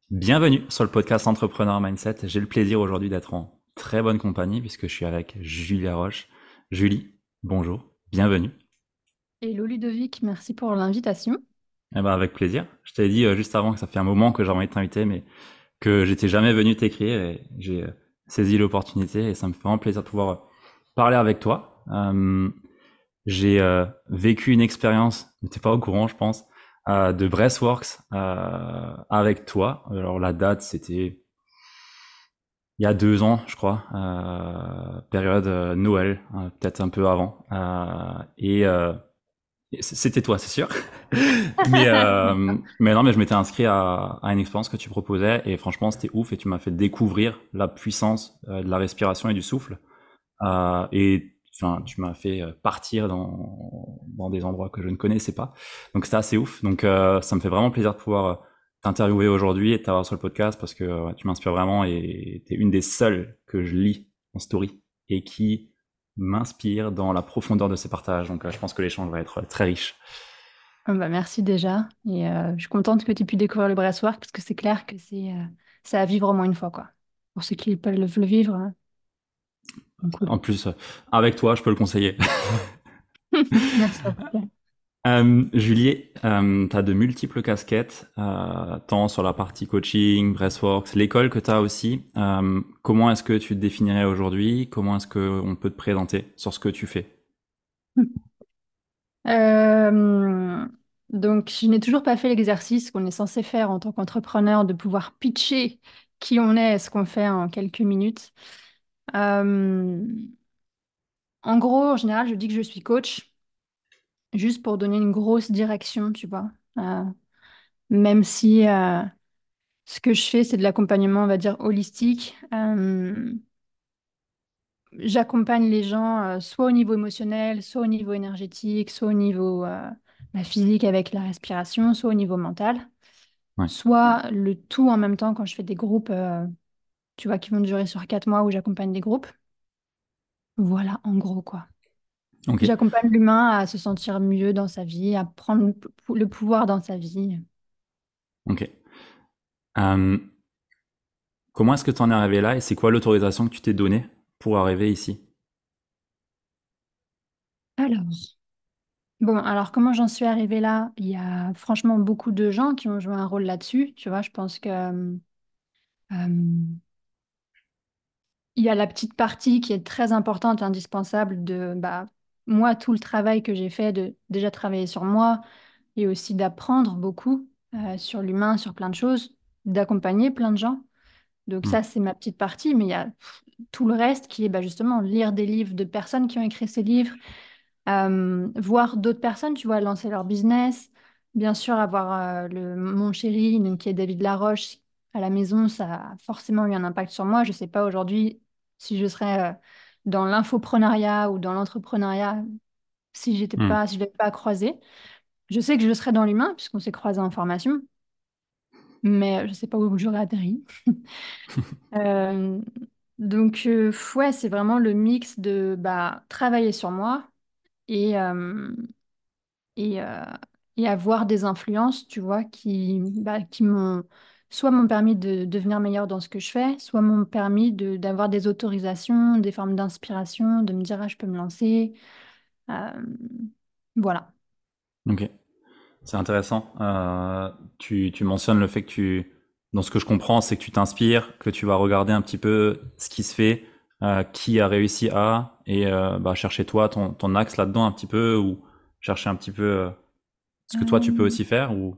Bienvenue sur le podcast Entrepreneur Mindset. J'ai le plaisir aujourd'hui d'être en très bonne compagnie puisque je suis avec Julia Roche. Julie, bonjour, bienvenue. Hello Ludovic, merci pour l'invitation. Eh ben avec plaisir. Je t'avais dit juste avant que ça fait un moment que j'avais envie de t'inviter, mais que j'étais jamais venu t'écrire et j'ai saisi l'opportunité et ça me fait vraiment plaisir de pouvoir parler avec toi. J'ai vécu une expérience, mais t'es pas au courant, je pense, de Breathworks avec toi. Alors la date, c'était il y a 2 ans, je crois, période Noël, peut-être un peu avant. Et c'était toi, c'est sûr. Mais non, mais je m'étais inscrit à une expérience que tu proposais et franchement, c'était ouf et tu m'as fait découvrir la puissance de la respiration et du souffle. Et enfin, tu m'as fait partir dans des endroits que je ne connaissais pas. Donc c'était assez ouf. Donc ça me fait vraiment plaisir de pouvoir t'interviewer aujourd'hui et de t'avoir sur le podcast parce que tu m'inspires vraiment et t'es une des seules que je lis en story et qui m'inspire dans la profondeur de ses partages. Donc je pense que l'échange va être très riche. Merci déjà et je suis contente que tu aies pu découvrir le Brasswork parce que c'est clair que c'est à vivre au moins une fois quoi. Pour ceux qui peuvent le vivre, hein. Donc, cool. En plus, avec toi, je peux le conseiller. Merci en tout cas. Julie, tu as de multiples casquettes, tant sur la partie coaching, Breathworks, l'école que tu as aussi. Comment est-ce que tu te définirais aujourd'hui? Comment est-ce qu'on peut te présenter sur ce que tu fais? Euh, donc je n'ai toujours pas fait l'exercice qu'on est censé faire en tant qu'entrepreneur de pouvoir pitcher qui on est et ce qu'on fait en quelques minutes. Euh, En gros, en général, je dis que je suis coach juste pour donner une grosse direction, tu vois. Euh, Même si ce que je fais, c'est de l'accompagnement, on va dire, holistique. J'accompagne les gens soit au niveau émotionnel, soit au niveau énergétique, soit au niveau physique avec la respiration, soit au niveau mental, Ouais. soit le tout en même temps quand je fais des groupes, tu vois, qui vont durer sur 4 mois où j'accompagne des groupes. Voilà, en gros, quoi. Ok. J'accompagne l'humain à se sentir mieux dans sa vie, à prendre le pouvoir dans sa vie. Ok. Euh, Comment est-ce que tu en es arrivé là et c'est quoi l'autorisation que tu t'es donnée pour arriver ici? Alors. Bon, alors comment j'en suis arrivée là? Il y a franchement beaucoup de gens qui ont joué un rôle là-dessus. Tu vois, je pense que il y a la petite partie qui est très importante, indispensable de moi, tout le travail que j'ai fait de déjà travailler sur moi et aussi d'apprendre beaucoup sur l'humain, sur plein de choses, d'accompagner plein de gens. Donc Hmm. ça, c'est ma petite partie, mais il y a tout le reste qui est justement lire des livres de personnes qui ont écrit ces livres, voir d'autres personnes, tu vois, lancer leur business. Bien sûr, avoir mon chéri, donc, qui est David Laroche, à la maison, ça a forcément eu un impact sur moi. Je ne sais pas aujourd'hui si je serais dans l'infoprenariat ou dans l'entrepreneuriat Hmm. si je l'avais pas croisé. Je sais que je serais dans l'humain, puisqu'on s'est croisé en formation, mais je ne sais pas où j'aurais atterri. Euh, ouais, c'est vraiment le mix de travailler sur moi et, et, euh, et avoir des influences, tu vois, qui m'ont permis de devenir meilleure dans ce que je fais, soit m'ont permis d'avoir des autorisations, des formes d'inspiration, de me dire, ah, je peux me lancer. Euh, voilà. Ok. C'est intéressant. Tu mentionnes le fait que dans ce que je comprends, c'est que tu t'inspires, que tu vas regarder un petit peu ce qui se fait, qui a réussi à, et chercher toi ton axe là-dedans un petit peu, ou chercher un petit peu ce que toi tu peux Euh, aussi faire, ou.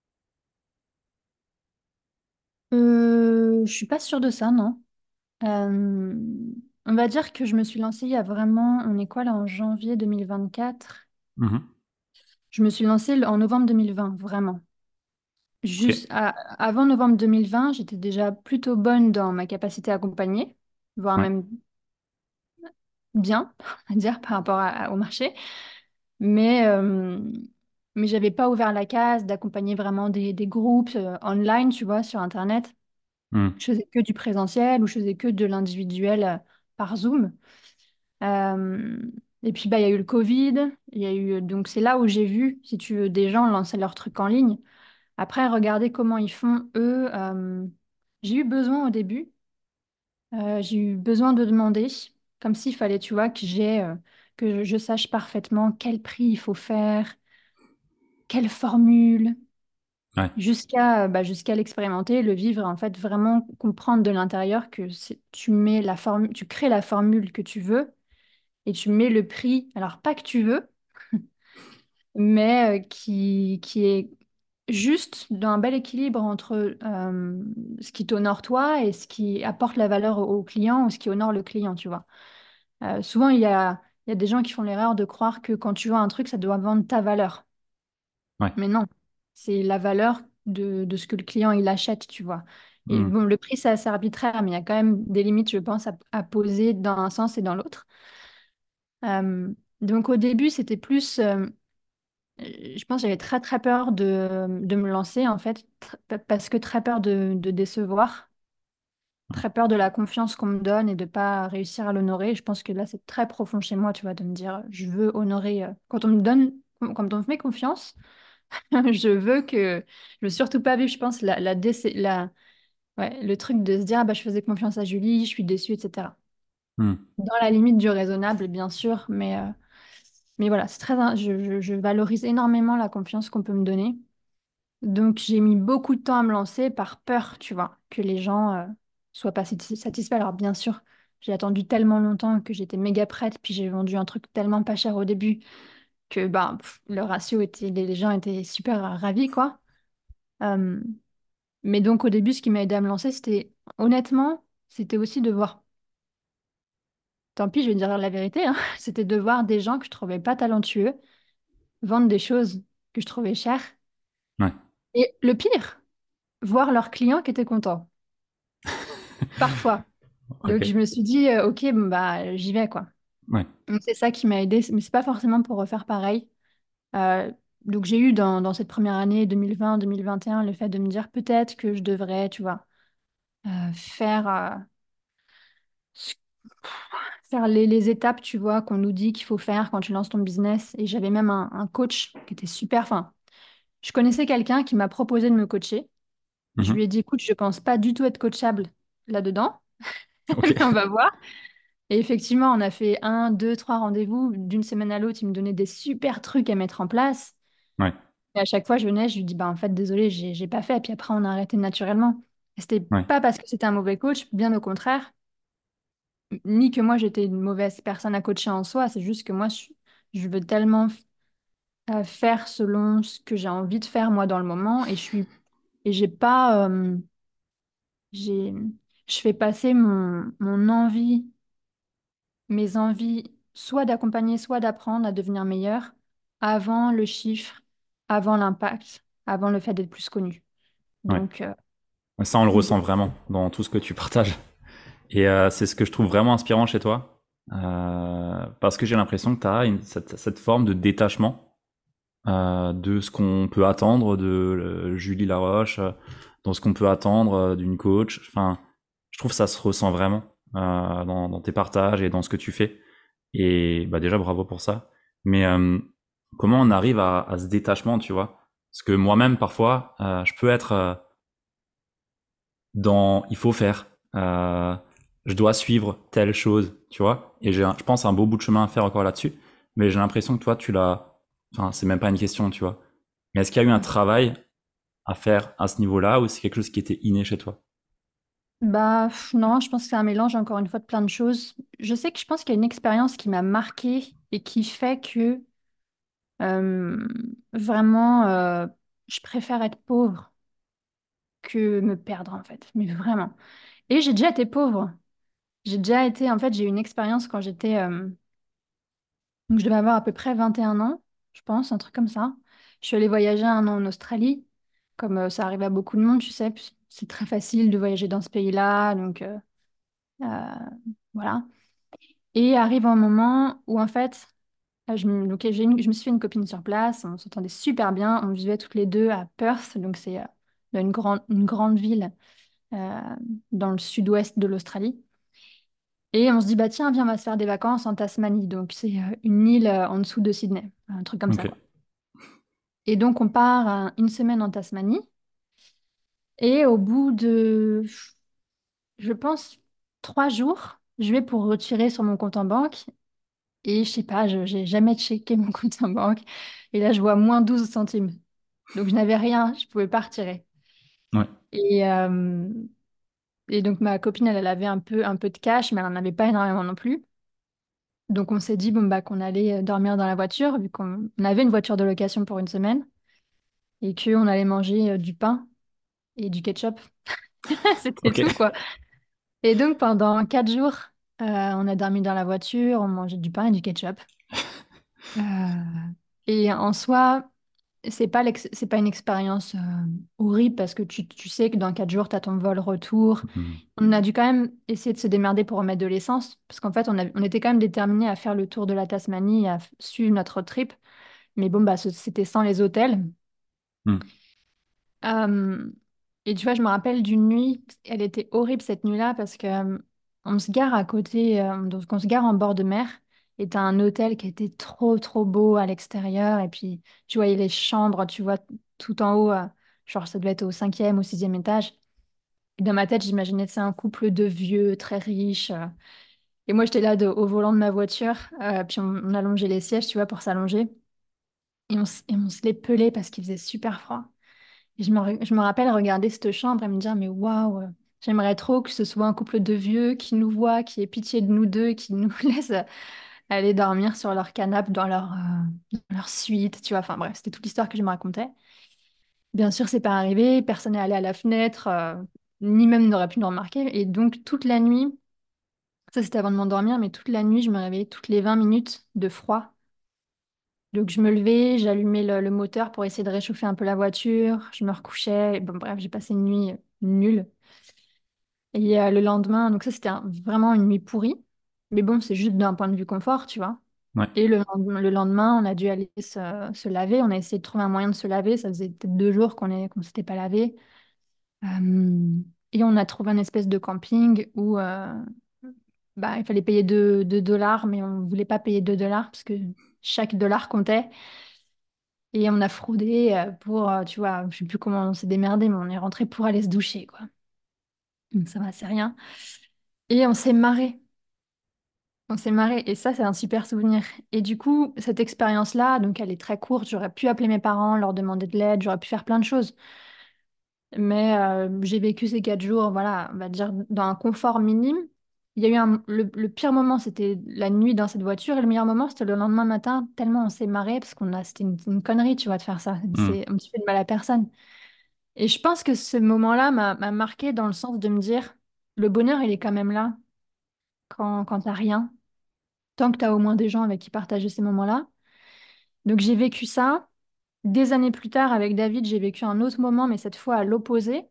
je suis pas sûre de ça, non. Euh, on va dire que je me suis lancée il y a vraiment, on est quoi là, en janvier 2024. Mhm. Je me suis lancée en novembre 2020, vraiment. Ok. Avant novembre 2020, j'étais déjà plutôt bonne dans ma capacité à accompagner, voire Ouais. même bien, on va dire, par rapport au marché. Mais, euh, mais j'avais pas ouvert la case d'accompagner vraiment des groupes online, tu vois, sur Internet. Hmm. Je faisais que du présentiel ou je faisais que de l'individuel par Zoom. Euh, et puis, il y a eu le Covid. Il y a eu, donc, c'est là où j'ai vu, si tu veux, des gens lancer leurs trucs en ligne. Après, regarder comment ils font, eux, j'ai eu besoin au début, j'ai eu besoin de demander, comme s'il fallait, tu vois, que je sache parfaitement quel prix il faut faire, quelle formule, Ouais, jusqu'à l'expérimenter, le vivre, en fait, vraiment comprendre de l'intérieur que tu mets la formule, tu crées la formule que tu veux et tu mets le prix, alors pas que tu veux, mais qui est juste d'un bel équilibre entre ce qui t'honore toi et ce qui apporte la valeur au client ou ce qui honore le client, tu vois. Souvent, il y a des gens qui font l'erreur de croire que quand tu vends un truc, ça doit vendre ta valeur. ouais. Mais non, c'est la valeur de ce que le client il achète, tu vois. Et Hmm, bon, le prix, c'est assez arbitraire, mais il y a quand même des limites, je pense, à poser dans un sens et dans l'autre. Donc au début, c'était plus, je pense que j'avais très très peur de me lancer, en fait, parce que très peur de décevoir, ouais. très peur de la confiance qu'on me donne et de pas réussir à l'honorer. Je pense que là, c'est très profond chez moi, tu vois, de me dire, je veux honorer, quand on me donne, quand on me fait confiance. Je veux surtout pas vivre, je pense, le truc de se dire, ah bah, je faisais confiance à Julie, je suis déçue, etc. Hmm, Dans la limite du raisonnable, bien sûr, mais voilà, je valorise énormément la confiance qu'on peut me donner. Donc, j'ai mis beaucoup de temps à me lancer par peur, tu vois, que les gens soient pas satisfaits. Alors, bien sûr, j'ai attendu tellement longtemps que j'étais méga prête, puis j'ai vendu un truc tellement pas cher au début que bah, le ratio était, les gens étaient super ravis, quoi. Euh, Mais donc au début, ce qui m'a aidé à me lancer, honnêtement, c'était aussi de voir, tant pis, je vais dire la vérité, hein, c'était de voir des gens que je trouvais pas talentueux vendre des choses que je trouvais chères. ouais. Et le pire, voir leurs clients qui étaient contents, parfois. Donc je Ok. me suis dit, ok, bon, bah j'y vais, quoi. Ouais. Donc c'est ça qui m'a aidé, mais c'est pas forcément pour refaire pareil. Euh, donc j'ai eu dans cette première année 2020-2021 le fait de me dire peut-être que je devrais, tu vois, faire faire les étapes, tu vois, qu'on nous dit qu'il faut faire quand tu lances ton business. Et j'avais même un coach qui était super. Enfin, je connaissais quelqu'un qui m'a proposé de me coacher. Je lui ai Mhm. dit, écoute, je pense pas du tout être coachable là-dedans, Ok. mais on va voir. Et effectivement, on a fait un, deux, trois rendez-vous. D'une semaine à l'autre, il me donnait des super trucs à mettre en place. Ouais. Et à chaque fois, je venais, je lui dis, bah, en fait, désolé, j'ai pas fait. Et puis après, on a arrêté naturellement. Et c'était Ouais. pas parce que c'était un mauvais coach, bien au contraire. Ni que moi j'étais une mauvaise personne à coacher en soi, c'est juste que moi je veux tellement faire selon ce que j'ai envie de faire moi dans le moment et j'ai pas j'ai je fais passer mon envie, mes envies soit d'accompagner, soit d'apprendre à devenir meilleur avant le chiffre, avant l'impact, avant le fait d'être plus connu. Ouais. Donc Ouais, ça, on le donc ressent vraiment dans tout ce que tu partages. Et c'est ce que je trouve vraiment inspirant chez toi. Parce que j'ai l'impression que tu as cette forme de détachement de ce qu'on peut attendre de Julie Laroche, dans ce qu'on peut attendre d'une coach. Enfin, je trouve que ça se ressent vraiment dans tes partages et dans ce que tu fais. Et bah déjà, bravo pour ça. Mais comment on arrive à ce détachement, tu vois? Parce que moi-même, parfois, je peux être dans il faut faire, je dois suivre telle chose, tu vois. Et je pense un beau bout de chemin à faire encore là-dessus. Mais j'ai l'impression que toi, tu l'as. Enfin, c'est même pas une question, tu vois. Mais est-ce qu'il y a eu un travail à faire à ce niveau-là ou c'est quelque chose qui était inné chez toi? non, je pense que c'est un mélange encore une fois de plein de choses. Je pense qu'il y a une expérience qui m'a marquée et qui fait que euh, vraiment je préfère être pauvre que me perdre en fait, mais vraiment. Et j'ai déjà été pauvre. En fait, j'ai eu une expérience quand donc je devais avoir à peu près 21 ans, je pense, un truc comme ça. Je suis allée voyager un an en Australie, comme ça arrive à beaucoup de monde, tu sais, puis c'est très facile de voyager dans ce pays-là, donc euh, voilà. Et arrive un moment où en fait, je me suis fait une copine sur place, on s'entendait super bien, on vivait toutes les deux à Perth, donc c'est dans une grande ville euh, dans le sud-ouest de l'Australie. Et on se dit, bah tiens, viens, on va se faire des vacances en Tasmanie, donc c'est une île en dessous de Sydney, un truc comme ça, Ok. quoi. Et donc, on part une semaine en Tasmanie. Et au bout de, je pense, 3 jours, je vais pour retirer sur mon compte en banque. Et je sais pas, je j'ai jamais checké mon compte en banque. Et là, je vois moins 12 centimes. Donc, je n'avais rien, je pouvais pas retirer. Ouais. Et, euh, et donc, ma copine, elle avait un peu de cash, mais elle n'en avait pas énormément non plus. Donc, on s'est dit bon, bah, qu'on allait dormir dans la voiture, vu qu'on avait une voiture de location pour une semaine, et qu'on allait manger du pain et du ketchup. C'était Ok. tout, quoi. Et donc, pendant 4 jours, on a dormi dans la voiture, on mangeait du pain et du ketchup. Euh, et en soi, c'est pas une expérience horrible parce que tu sais que dans 4 jours, tu as ton vol retour. Mhm. On a dû quand même essayer de se démerder pour remettre de l'essence parce qu'en fait, on était quand même déterminés à faire le tour de la Tasmanie et à suivre notre trip. Mais bon, bah, c'était sans les hôtels. Mhm. Euh, et tu vois, je me rappelle d'une nuit, elle était horrible cette nuit-là parce que on se gare à côté, donc on se gare en bord de mer et t'as un hôtel qui était trop trop beau à l'extérieur et puis tu voyais les chambres, tu vois tout en haut, genre ça devait être au 5e ou 6e étage. Et dans ma tête, j'imaginais c'est un couple de vieux très riches. Et moi, j'étais là au volant de ma voiture, puis on allongeait les sièges, tu vois, pour s'allonger et on se les pelait parce qu'il faisait super froid. Et je me rappelle regarder cette chambre et me dire, mais waouh, j'aimerais trop que ce soit un couple de vieux qui nous voit, qui ait pitié de nous deux et qui nous laisse aller dormir sur leur canapé dans leur suite, tu vois. Enfin bref, c'était toute l'histoire que je me racontais. Bien sûr, c'est pas arrivé, personne n'est allé à la fenêtre, ni même n'aurait pu nous remarquer. Et donc, toute la nuit, ça c'était avant de m'endormir, mais toute la nuit, je me réveillais toutes les 20 minutes de froid. Donc, je me levais, j'allumais le moteur pour essayer de réchauffer un peu la voiture, je me recouchais. Et bon, bref, j'ai passé une nuit nulle. Et le lendemain, donc ça c'était vraiment une nuit pourrie. Mais bon, c'est juste d'un point de vue confort, tu vois. Ouais. Et le lendemain, on a dû aller se laver. On a essayé de trouver un moyen de se laver. Ça faisait peut-être 2 jours qu'on s'était pas lavé. Euh, et on a trouvé un espèce de camping où bah, il fallait payer 2 dollars, mais on voulait pas payer 2 dollars parce que chaque dollar comptait. Et on a fraudé pour, tu vois, je sais plus comment on s'est démerdé, mais on est rentré pour aller se doucher, quoi. Donc ça va, c'est rien. Et on s'est marré. On s'est marré et ça, c'est un super souvenir. Et du coup, cette expérience-là, donc elle est très courte, j'aurais pu appeler mes parents, leur demander de l'aide, j'aurais pu faire plein de choses. Mais j'ai vécu ces 4 jours, voilà, on va dire dans un confort minime. Il y a eu le pire moment, c'était la nuit dans cette voiture, et le meilleur moment, c'était le lendemain matin, tellement on s'est marré, parce c'était une connerie, tu vois, de faire ça. Mhm. On ne se fait de mal à personne. Et je pense que ce moment-là m'a marqué dans le sens de me dire, le bonheur, il est quand même là, quand t'as rien, tant que tu as au moins des gens avec qui partager ces moments-là. Donc j'ai vécu ça. Des années plus tard, avec David, j'ai vécu un autre moment, mais cette fois à l'opposé,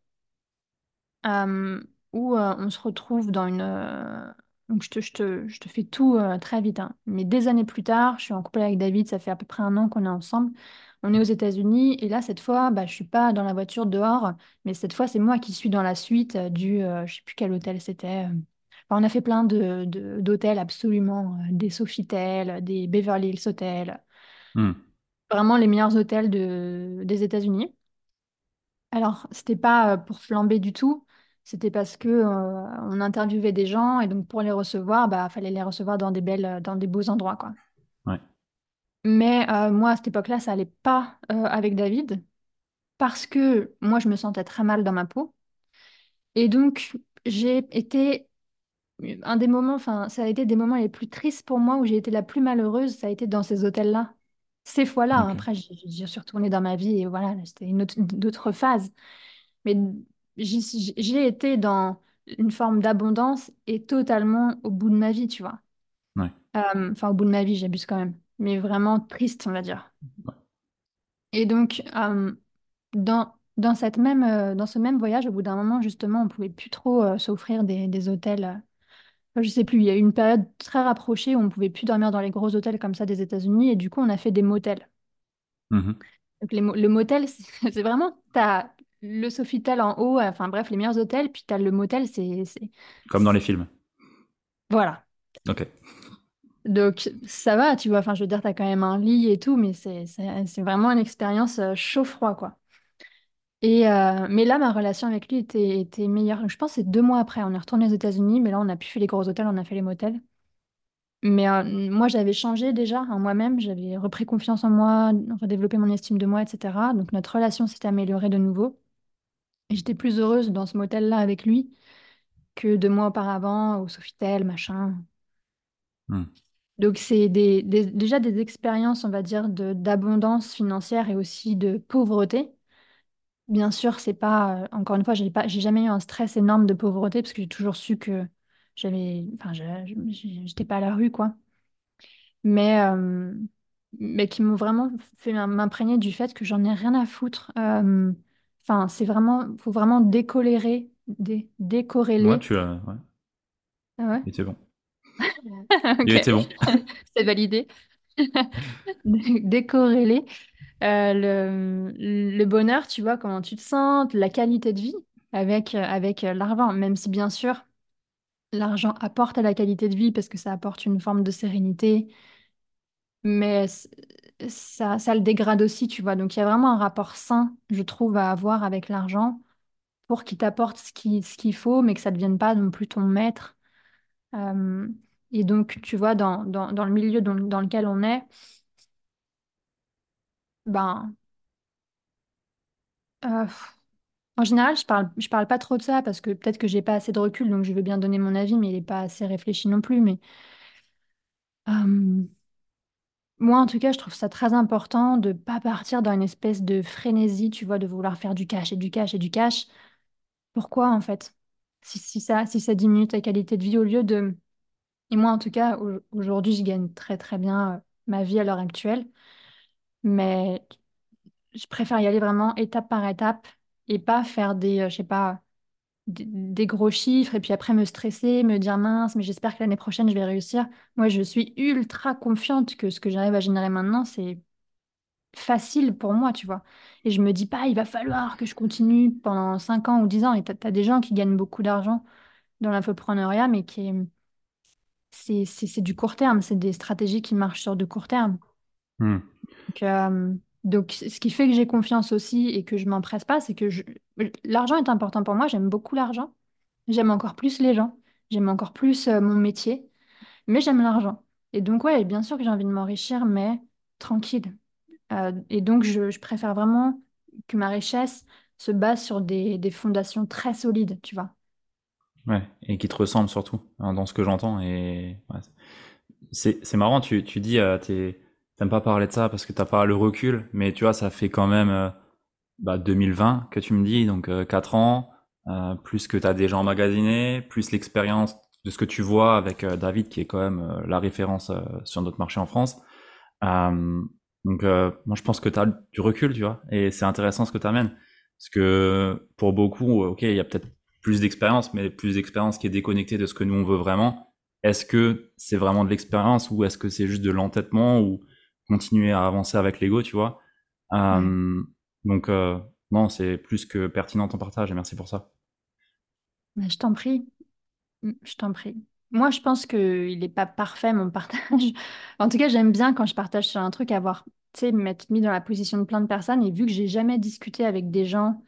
euh, où on se retrouve dans une... Donc je te fais tout très vite, hein. Mais des années plus tard, je suis en couple avec David, ça fait à peu près un an qu'on est ensemble. On est aux États-Unis et là, cette fois, bah, je suis pas dans la voiture dehors, mais cette fois, c'est moi qui suis dans la suite je sais plus quel hôtel c'était. Enfin, on a fait plein d'hôtels absolument, des Sofitel, des Beverly Hills Hotels, Mhm. vraiment les meilleurs hôtels des États-Unis. Alors, c'était pas pour flamber du tout, c'était parce que on interviewait des gens et donc pour les recevoir, bah fallait les recevoir dans des beaux endroits, quoi. Ouais. Mais moi à cette époque-là, ça allait pas avec David parce que moi je me sentais très mal dans ma peau et donc j'ai été un des moments, enfin ça a été des moments les plus tristes pour moi où j'ai été la plus malheureuse, ça a été dans ces hôtels-là. Ces fois-là, hein. Ok. Après j'ai suis retournée dans ma vie et voilà, c'était d'autres phases. Mais j'ai été dans une forme d'abondance et totalement au bout de ma vie, tu vois. Ouais. Enfin, au bout de ma vie, j'abuse quand même. Mais vraiment triste, on va dire. Ouais. Et donc, dans ce même voyage, au bout d'un moment, justement, on pouvait plus trop s'offrir des hôtels. Enfin, je sais plus, il y a eu une période très rapprochée où on pouvait plus dormir dans les gros hôtels comme ça des États-Unis. Et du coup, on a fait des motels. Mhm. Donc, le motel, c'est vraiment, t'as le Sofitel en haut, enfin bref, les meilleurs hôtels, puis t'as le motel, Comme dans les films. voilà. Ok. Donc ça va, tu vois. Enfin, je veux dire, t'as quand même un lit et tout, mais c'est vraiment une expérience chaud-froid, quoi. Mais là, ma relation avec lui était meilleure. Je pense que c'est 2 mois après. On est retourné aux États-Unis, mais là, on n'a plus fait les gros hôtels, on a fait les motels. Mais moi, j'avais changé déjà en moi-même. J'avais repris confiance en moi, redéveloppé mon estime de moi, etc. Donc notre relation s'était améliorée de nouveau. Et j'étais plus heureuse dans ce motel-là avec lui que 2 mois auparavant au Sofitel, machin. Hmm. Donc c'est déjà des expériences, on va dire, d'abondance financière et aussi de pauvreté. Bien sûr, c'est pas, encore une fois, j'ai jamais eu un stress énorme de pauvreté parce que j'ai toujours su que enfin, j'étais pas à la rue, quoi. Mais, euh, mais qui m'ont vraiment fait m'imprégner du fait que j'en ai rien à foutre. Enfin, faut vraiment Ouais, décorréler. ouais, Ah ouais? il était bon. Il Ok, était bon. c'est validé. Décorréler le bonheur, tu vois, comment tu te sens, la qualité de vie avec l'argent, même si bien sûr, l'argent apporte à la qualité de vie parce que ça apporte une forme de sérénité, mais ça le dégrade aussi, tu vois. Donc il y a vraiment un rapport sain, je trouve, à avoir avec l'argent pour qu'il t'apporte ce qu'il faut, mais que ça ne devienne pas non plus ton maître. Euh, et donc, tu vois, dans le milieu dans lequel on est, ben, euh, en général, je parle pas trop de ça parce que peut-être que j'ai pas assez de recul, donc je veux bien donner mon avis, mais il est pas assez réfléchi non plus. Mais euh, moi, en tout cas, je trouve ça très important de pas partir dans une espèce de frénésie, tu vois, de vouloir faire du cash et du cash et du cash. Pourquoi, en fait? Si ça diminue ta qualité de vie au lieu de... Et moi, en tout cas, aujourd'hui, je gagne très, très bien ma vie à l'heure actuelle, mais je préfère y aller vraiment étape par étape et pas faire je sais pas, des gros chiffres et puis après me stresser, me dire mince, mais j'espère que l'année prochaine je vais réussir. Moi, je suis ultra confiante que ce que j'arrive à générer maintenant, c'est facile pour moi, tu vois. Et je me dis pas, il va falloir que je continue pendant 5 ans ou 10 ans. Et t'as des gens qui gagnent beaucoup d'argent dans l'infopreneuriat, mais c'est du court terme, c'est des stratégies qui marchent sur du court terme. Hmm. Donc, ce qui fait que j'ai confiance aussi et que je m'empresse pas, c'est que l'argent est important pour moi, j'aime beaucoup l'argent. J'aime encore plus les gens, j'aime encore plus mon métier, mais j'aime l'argent. Et donc, ouais, bien sûr que j'ai envie de m'enrichir, mais tranquille. Et donc, je préfère vraiment que ma richesse se base sur des fondations très solides, tu vois. Ouais, et qui te ressemble surtout, hein, dans ce que j'entends. Et ouais, c'est marrant, tu dis, t'aimes pas parler de ça parce que t'as pas le recul, mais tu vois, ça fait quand même 2020 que tu me dis, donc 4 ans, plus que t'as déjà emmagasiné, plus l'expérience de ce que tu vois avec David, qui est quand même la référence sur notre marché en France. Euh, donc moi je pense que tu as du recul, tu vois, et c'est intéressant ce que tu amènes. Parce que pour beaucoup, ok, il y a peut-être plus d'expérience, mais plus d'expérience qui est déconnectée de ce que nous on veut vraiment. Est-ce que c'est vraiment de l'expérience ou est-ce que c'est juste de l'entêtement ou continuer à avancer avec l'ego, tu vois? Ouais. Euh, donc non, c'est plus que pertinent ton partage et merci pour ça. Mais je t'en prie. Je t'en prie. Moi, je pense qu'il n'est pas parfait, mon partage. En tout cas, j'aime bien quand je partage sur un truc, avoir, tu sais, m'être mis dans la position de plein de personnes. Et vu que j'ai jamais discuté avec des gens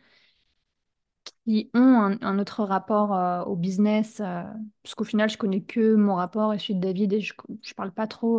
qui ont un autre rapport au business, parce qu'au final, je connais que mon rapport et celui de David, et je parle pas trop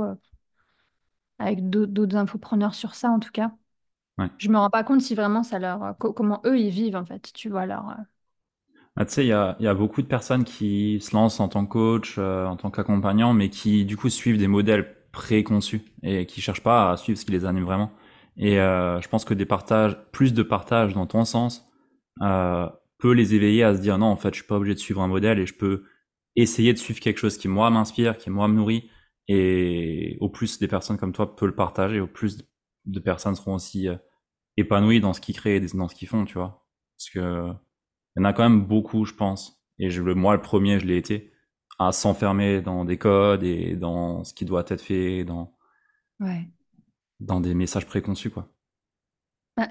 avec d'autres infopreneurs sur ça, en tout cas. Ouais. Je me rends pas compte si vraiment comment eux, ils vivent, en fait, tu vois, Ah, tu sais, il y a beaucoup de personnes qui se lancent en tant que coach, en tant qu'accompagnant, mais qui du coup suivent des modèles préconçus et qui cherchent pas à suivre ce qui les anime vraiment. Et je pense que plus de partage dans ton sens, peut les éveiller à se dire non, en fait, je suis pas obligé de suivre un modèle et je peux essayer de suivre quelque chose qui moi m'inspire, qui moi me nourrit. Et au plus des personnes comme toi peuvent le partager, au plus de personnes seront aussi épanouies dans ce qu'ils créent et dans ce qu'ils font, tu vois. Parce que il y en a quand même beaucoup, je pense, et moi le premier, je l'ai été, à s'enfermer dans des codes et dans ce qui doit être fait, ouais. dans des messages préconçus, quoi. Bah,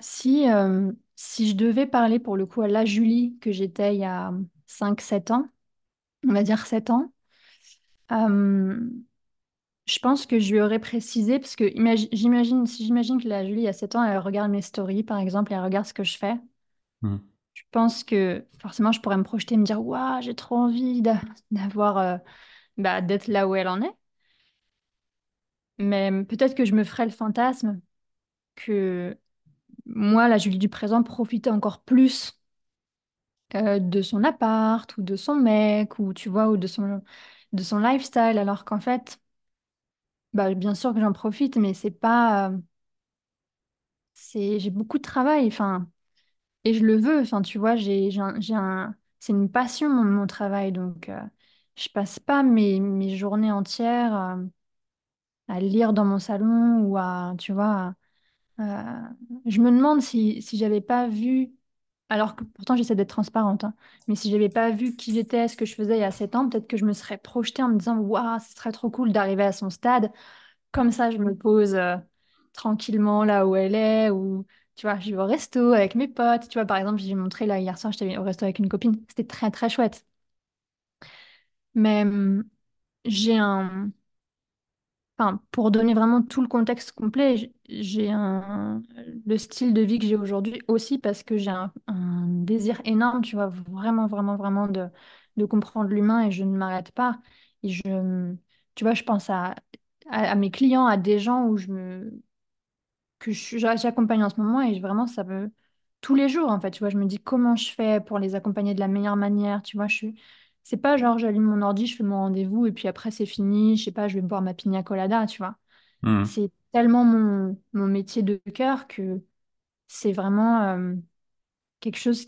si je devais parler pour le coup à la Julie que j'étais il y a 5 7 ans, on va dire 7 ans, euh, Je pense que je lui aurais précisé, parce que si j'imagine que la Julie, à 7 ans, elle regarde mes stories, par exemple, et elle regarde ce que je fais, Mhm. je pense que forcément, je pourrais me projeter et me dire, waouh, j'ai trop envie d'avoir, bah, d'être là où elle en est. Mais peut-être que je me ferais le fantasme que moi, la Julie du présent, profite encore plus de son appart, ou de son mec, ou tu vois, ou de son lifestyle, alors qu'en fait, bah, bien sûr que j'en profite, mais c'est pas, j'ai beaucoup de travail, enfin, et je le veux, enfin, tu vois, c'est une passion, mon travail, donc je passe pas mes journées entières à lire dans mon salon ou à, tu vois, je me demande si j'avais pas vu, alors que pourtant j'essaie d'être transparente, hein, mais si j'avais pas vu qui j'étais, ce que je faisais il y a 7 ans, peut-être que je me serais projetée en me disant, waouh, ce serait trop cool d'arriver à son stade. Comme ça, je me pose tranquillement là où elle est, ou tu vois, je vais au resto avec mes potes. Tu vois, par exemple, j'ai montré là hier soir, j'étais au resto avec une copine. C'était très très chouette. Mais j'ai un, enfin, pour donner vraiment tout le contexte complet, le style de vie que j'ai aujourd'hui aussi parce que j'ai un désir énorme, tu vois, vraiment vraiment vraiment de comprendre l'humain et je ne m'arrête pas. Et tu vois, je pense à mes clients, à des gens où j'accompagne en ce moment et vraiment ça me tous les jours en fait, tu vois, je me dis comment je fais pour les accompagner de la meilleure manière, tu vois, c'est pas genre j'allume mon ordi, je fais mon rendez-vous et puis après c'est fini, je sais pas, je vais boire ma pina colada, tu vois. Mhm. C'est tellement mon métier de cœur que c'est vraiment quelque chose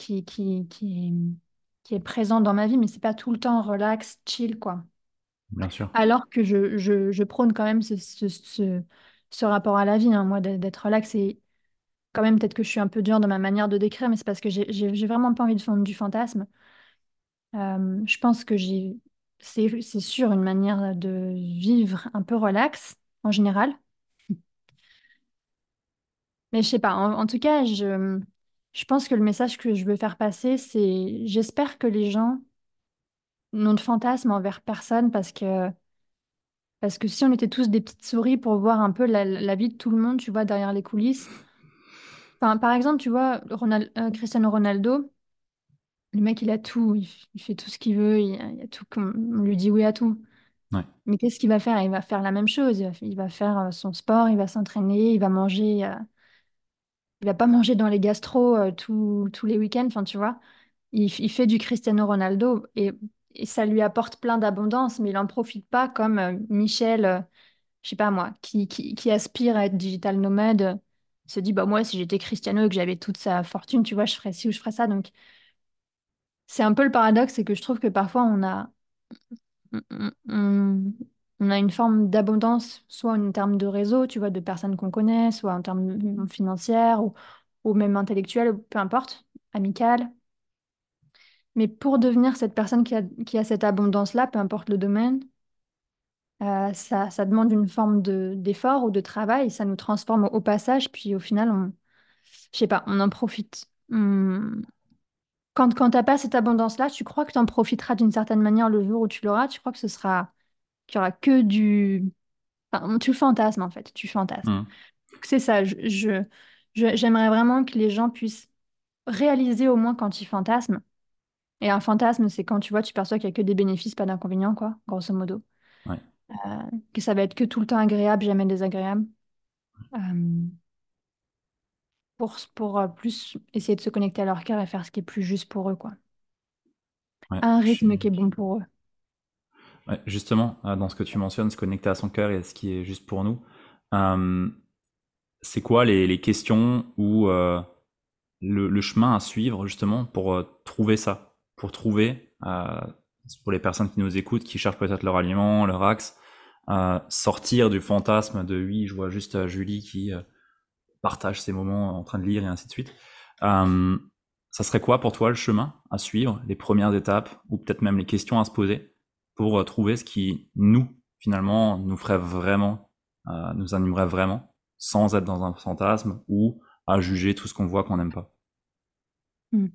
qui est présent dans ma vie, mais c'est pas tout le temps relax, chill, quoi. Bien sûr. Alors que je prône quand même ce rapport à la vie, hein, moi, d'être relax et quand même, peut-être que je suis un peu dure dans ma manière de décrire, mais c'est parce que j'ai vraiment pas envie de faire du fantasme. Je pense que c'est sûr une manière de vivre un peu relax en général. Mais je sais pas, en tout cas, je pense que le message que je veux faire passer, c'est j'espère que les gens n'ont de fantasme envers personne parce que si on était tous des petites souris pour voir un peu la vie de tout le monde, tu vois, derrière les coulisses. Enfin, par exemple, tu vois, Cristiano Ronaldo. Le mec, il a tout, il fait tout ce qu'il veut, il a tout, on lui dit oui à tout. Ouais. Mais qu'est-ce qu'il va faire? Il va faire la même chose, il va faire son sport, il va s'entraîner, il va manger, il va pas manger dans les gastros tous les week-ends, enfin tu vois. Il fait du Cristiano Ronaldo et ça lui apporte plein d'abondance, mais il en profite pas comme Michel, je sais pas moi, qui aspire à être digital nomade, se dit bah moi si j'étais Cristiano et que j'avais toute sa fortune, tu vois, je ferais ci ou je ferais ça. Donc c'est un peu le paradoxe, c'est que je trouve que parfois on, on- on a une forme d'abondance, soit en termes de réseau, tu vois, de personnes qu'on connaît, soit en termes financières ou même intellectuelles, peu importe, amicales. Mais pour devenir cette personne qui a cette abondance-là, peu importe le domaine, ça demande une forme d'effort ou de travail, ça nous transforme au passage, puis au final, je sais pas, on en profite. Quand t'as pas cette abondance-là, tu crois que tu en profiteras d'une certaine manière le jour où tu l'auras, tu crois que qu'il y aura que du... Enfin, tu fantasmes en fait, tu fantasmes. Mhm. C'est ça, j'aimerais vraiment que les gens puissent réaliser au moins quand ils fantasment. Et un fantasme, c'est quand tu vois, tu perçois qu'il n'y a que des bénéfices, pas d'inconvénients, quoi, grosso modo. Ouais. Que ça va être que tout le temps agréable, jamais désagréable. Euh, pour plus essayer de se connecter à leur cœur et faire ce qui est plus juste pour eux, quoi. Ouais. À un rythme qui est bon pour eux. Ouais, justement, dans ce que tu mentionnes, se connecter à son cœur et ce qui est juste pour nous, euh, c'est quoi les questions ou le chemin à suivre justement pour trouver ça, pour trouver, pour les personnes qui nous écoutent, qui cherchent peut-être leur aliment, leur axe, sortir du fantasme de oui, je vois juste Julie qui partage ses moments en train de lire et ainsi de suite. Euh, Ça serait quoi pour toi le chemin à suivre, les premières étapes ou peut-être même les questions à se poser pour trouver ce qui nous finalement nous ferait vraiment, nous animerait vraiment, sans être dans un fantasme ou à juger tout ce qu'on voit qu'on n'aime pas. Hmm.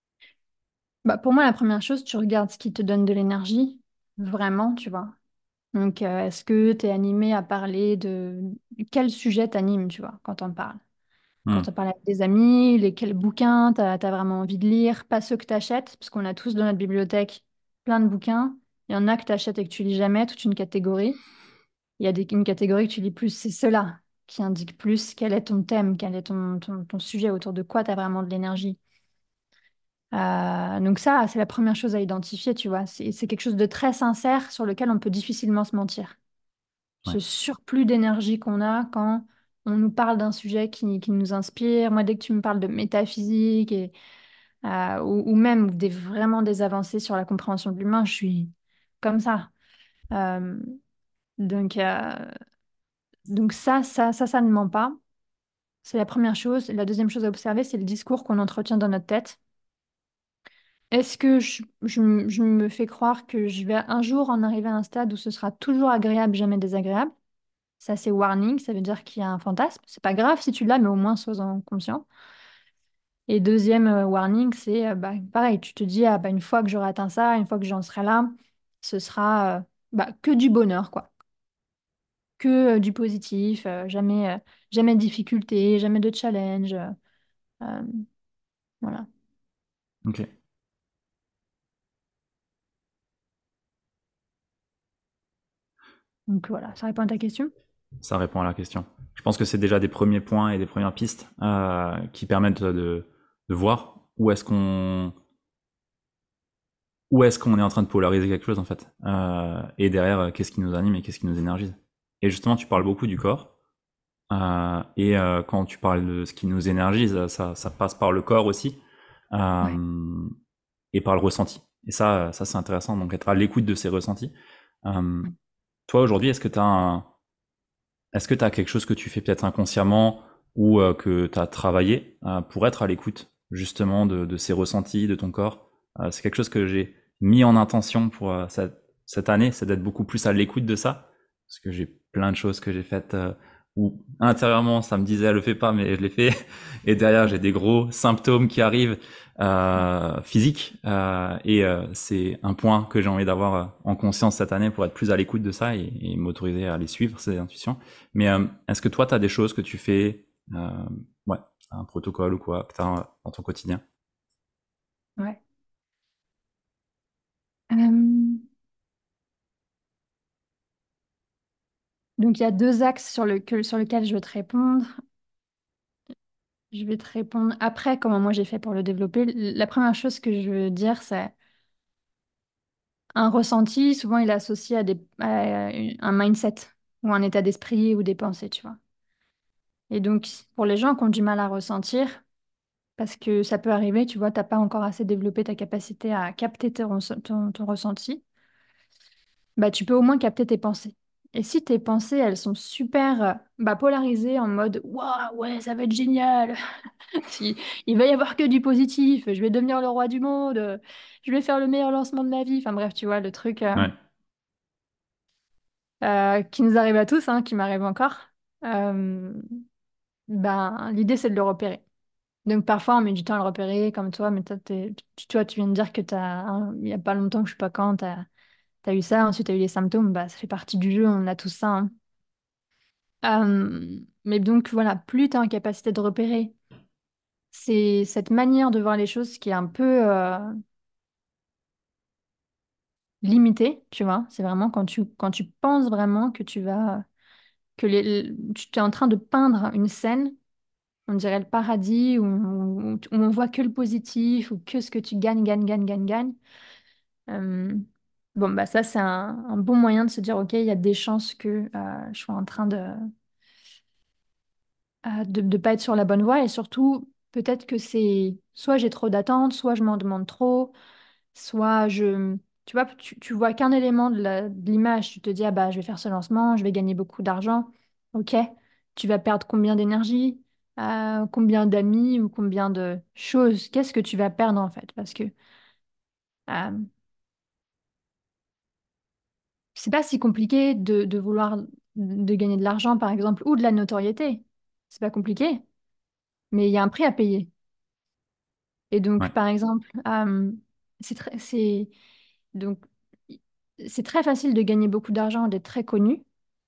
Bah, pour moi, la première chose, tu regardes ce qui te donne de l'énergie, vraiment, tu vois. Donc, est-ce que tu es animé à parler de quel sujet t'anime, tu vois, quand on parle? Quand on Hmm. parle avec des amis, quels bouquins t'as vraiment envie de lire, pas ceux que t'achètes, parce qu'on a tous dans notre bibliothèque plein de bouquins. Il y en a que t'achètes et que tu lis jamais, toute une catégorie. Il y a une catégorie que tu lis plus, c'est ceux-là qui indiquent plus quel est ton thème, quel est ton sujet, autour de quoi tu as vraiment de l'énergie. Donc ça, c'est la première chose à identifier, tu vois. C'est quelque chose de très sincère sur lequel on peut difficilement se mentir. Ouais. Ce surplus d'énergie qu'on a quand on nous parle d'un sujet qui nous inspire. Moi, dès que tu me parles de métaphysique ou même vraiment des avancées sur la compréhension de l'humain, je suis comme ça. Euh, donc, euh, donc ça ne ment pas. C'est la première chose. La deuxième chose à observer, c'est le discours qu'on entretient dans notre tête. Est-ce que je me fais croire que je vais un jour en arriver à un stade où ce sera toujours agréable, jamais désagréable? Ça, c'est warning, ça veut dire qu'il y a un fantasme. C'est pas grave si tu l'as, mais au moins sois-en conscient. Et deuxième warning, c'est bah, pareil, tu te dis, ah, bah, une fois que j'aurai atteint ça, une fois que j'en serai là, ce sera bah, que du bonheur, quoi. Que du positif, jamais de difficulté, jamais de challenge. Euh, voilà. Ok. Donc voilà, ça répond à ta question. Ça répond à la question. Je pense que c'est déjà des premiers points et des premières pistes qui permettent de voir où est-ce qu'on est en train de polariser quelque chose en fait. Et derrière, qu'est-ce qui nous anime et qu'est-ce qui nous énergise. Et justement, tu parles beaucoup du corps. Quand tu parles de ce qui nous énergise, ça passe par le corps aussi Ouais. euh, et par le ressenti. Et ça c'est intéressant. Donc être à l'écoute de ces ressentis. Euh, Toi aujourd'hui, est-ce que tu as quelque chose que tu fais peut-être inconsciemment ou que tu as travaillé pour être à l'écoute justement de ces ressentis, de ton corps? C'est quelque chose que j'ai mis en intention pour cette année, c'est d'être beaucoup plus à l'écoute de ça. Parce que j'ai plein de choses que j'ai faites où intérieurement ça me disait le fais pas, mais je l'ai fait. Et derrière j'ai des gros symptômes qui arrivent physiques. C'est un point que j'ai envie d'avoir en conscience cette année pour être plus à l'écoute de ça et m'autoriser à les suivre, ces intuitions. Mais est-ce que toi, tu as des choses que tu fais, ouais, un protocole ou quoi, que tu as dans ton quotidien? Ouais. Euh, donc il y a deux axes sur lesquels je vais te répondre. Je vais te répondre après comment moi j'ai fait pour le développer. La première chose que je veux dire, c'est un ressenti. Souvent, il est associé à un mindset ou un état d'esprit ou des pensées, tu vois. Et donc, pour les gens qui ont du mal à ressentir, parce que ça peut arriver, tu vois, t'as pas encore assez développé ta capacité à capter ton ressenti, bah, tu peux au moins capter tes pensées. Et si tes pensées, elles sont super bah, polarisées en mode waouh, ouais, ça va être génial, il va y avoir que du positif, je vais devenir le roi du monde, je vais faire le meilleur lancement de ma vie. Enfin bref, tu vois, le truc Ouais, qui nous arrive à tous, hein, qui m'arrive encore. Euh, ben, l'idée, c'est de le repérer. Donc parfois, on met du temps à le repérer, comme toi, mais toi, tu viens de dire que il n'y a pas longtemps, que je sais pas quand, t'as eu ça, ensuite t'as eu les symptômes, bah, ça fait partie du jeu, on a tous ça, hein. Mais donc voilà, plus tu es en capacité de repérer, c'est cette manière de voir les choses qui est un peu limitée, tu vois. C'est vraiment quand tu penses vraiment que tu es en train de peindre une scène, on dirait le paradis, où on voit que le positif, ou que ce que tu gagnes, gagnes, gagnes, gagnes, gagnes. Euh, bon, bah ça, c'est un bon moyen de se dire, OK, il y a des chances que je sois en train de ne pas être sur la bonne voie. Et surtout, peut-être que c'est soit j'ai trop d'attentes, soit je m'en demande trop, soit je... Tu vois, tu vois qu'un élément de l'image, tu te dis, ah bah, je vais faire ce lancement, je vais gagner beaucoup d'argent. OK, tu vas perdre combien d'énergie, combien d'amis ou combien de choses? Qu'est-ce que tu vas perdre en fait? Parce que euh, c'est pas si compliqué de vouloir de gagner de l'argent, par exemple, ou de la notoriété. C'est pas compliqué, mais il y a un prix à payer. Et donc, ouais, par exemple, c'est donc c'est très facile de gagner beaucoup d'argent, d'être très connu,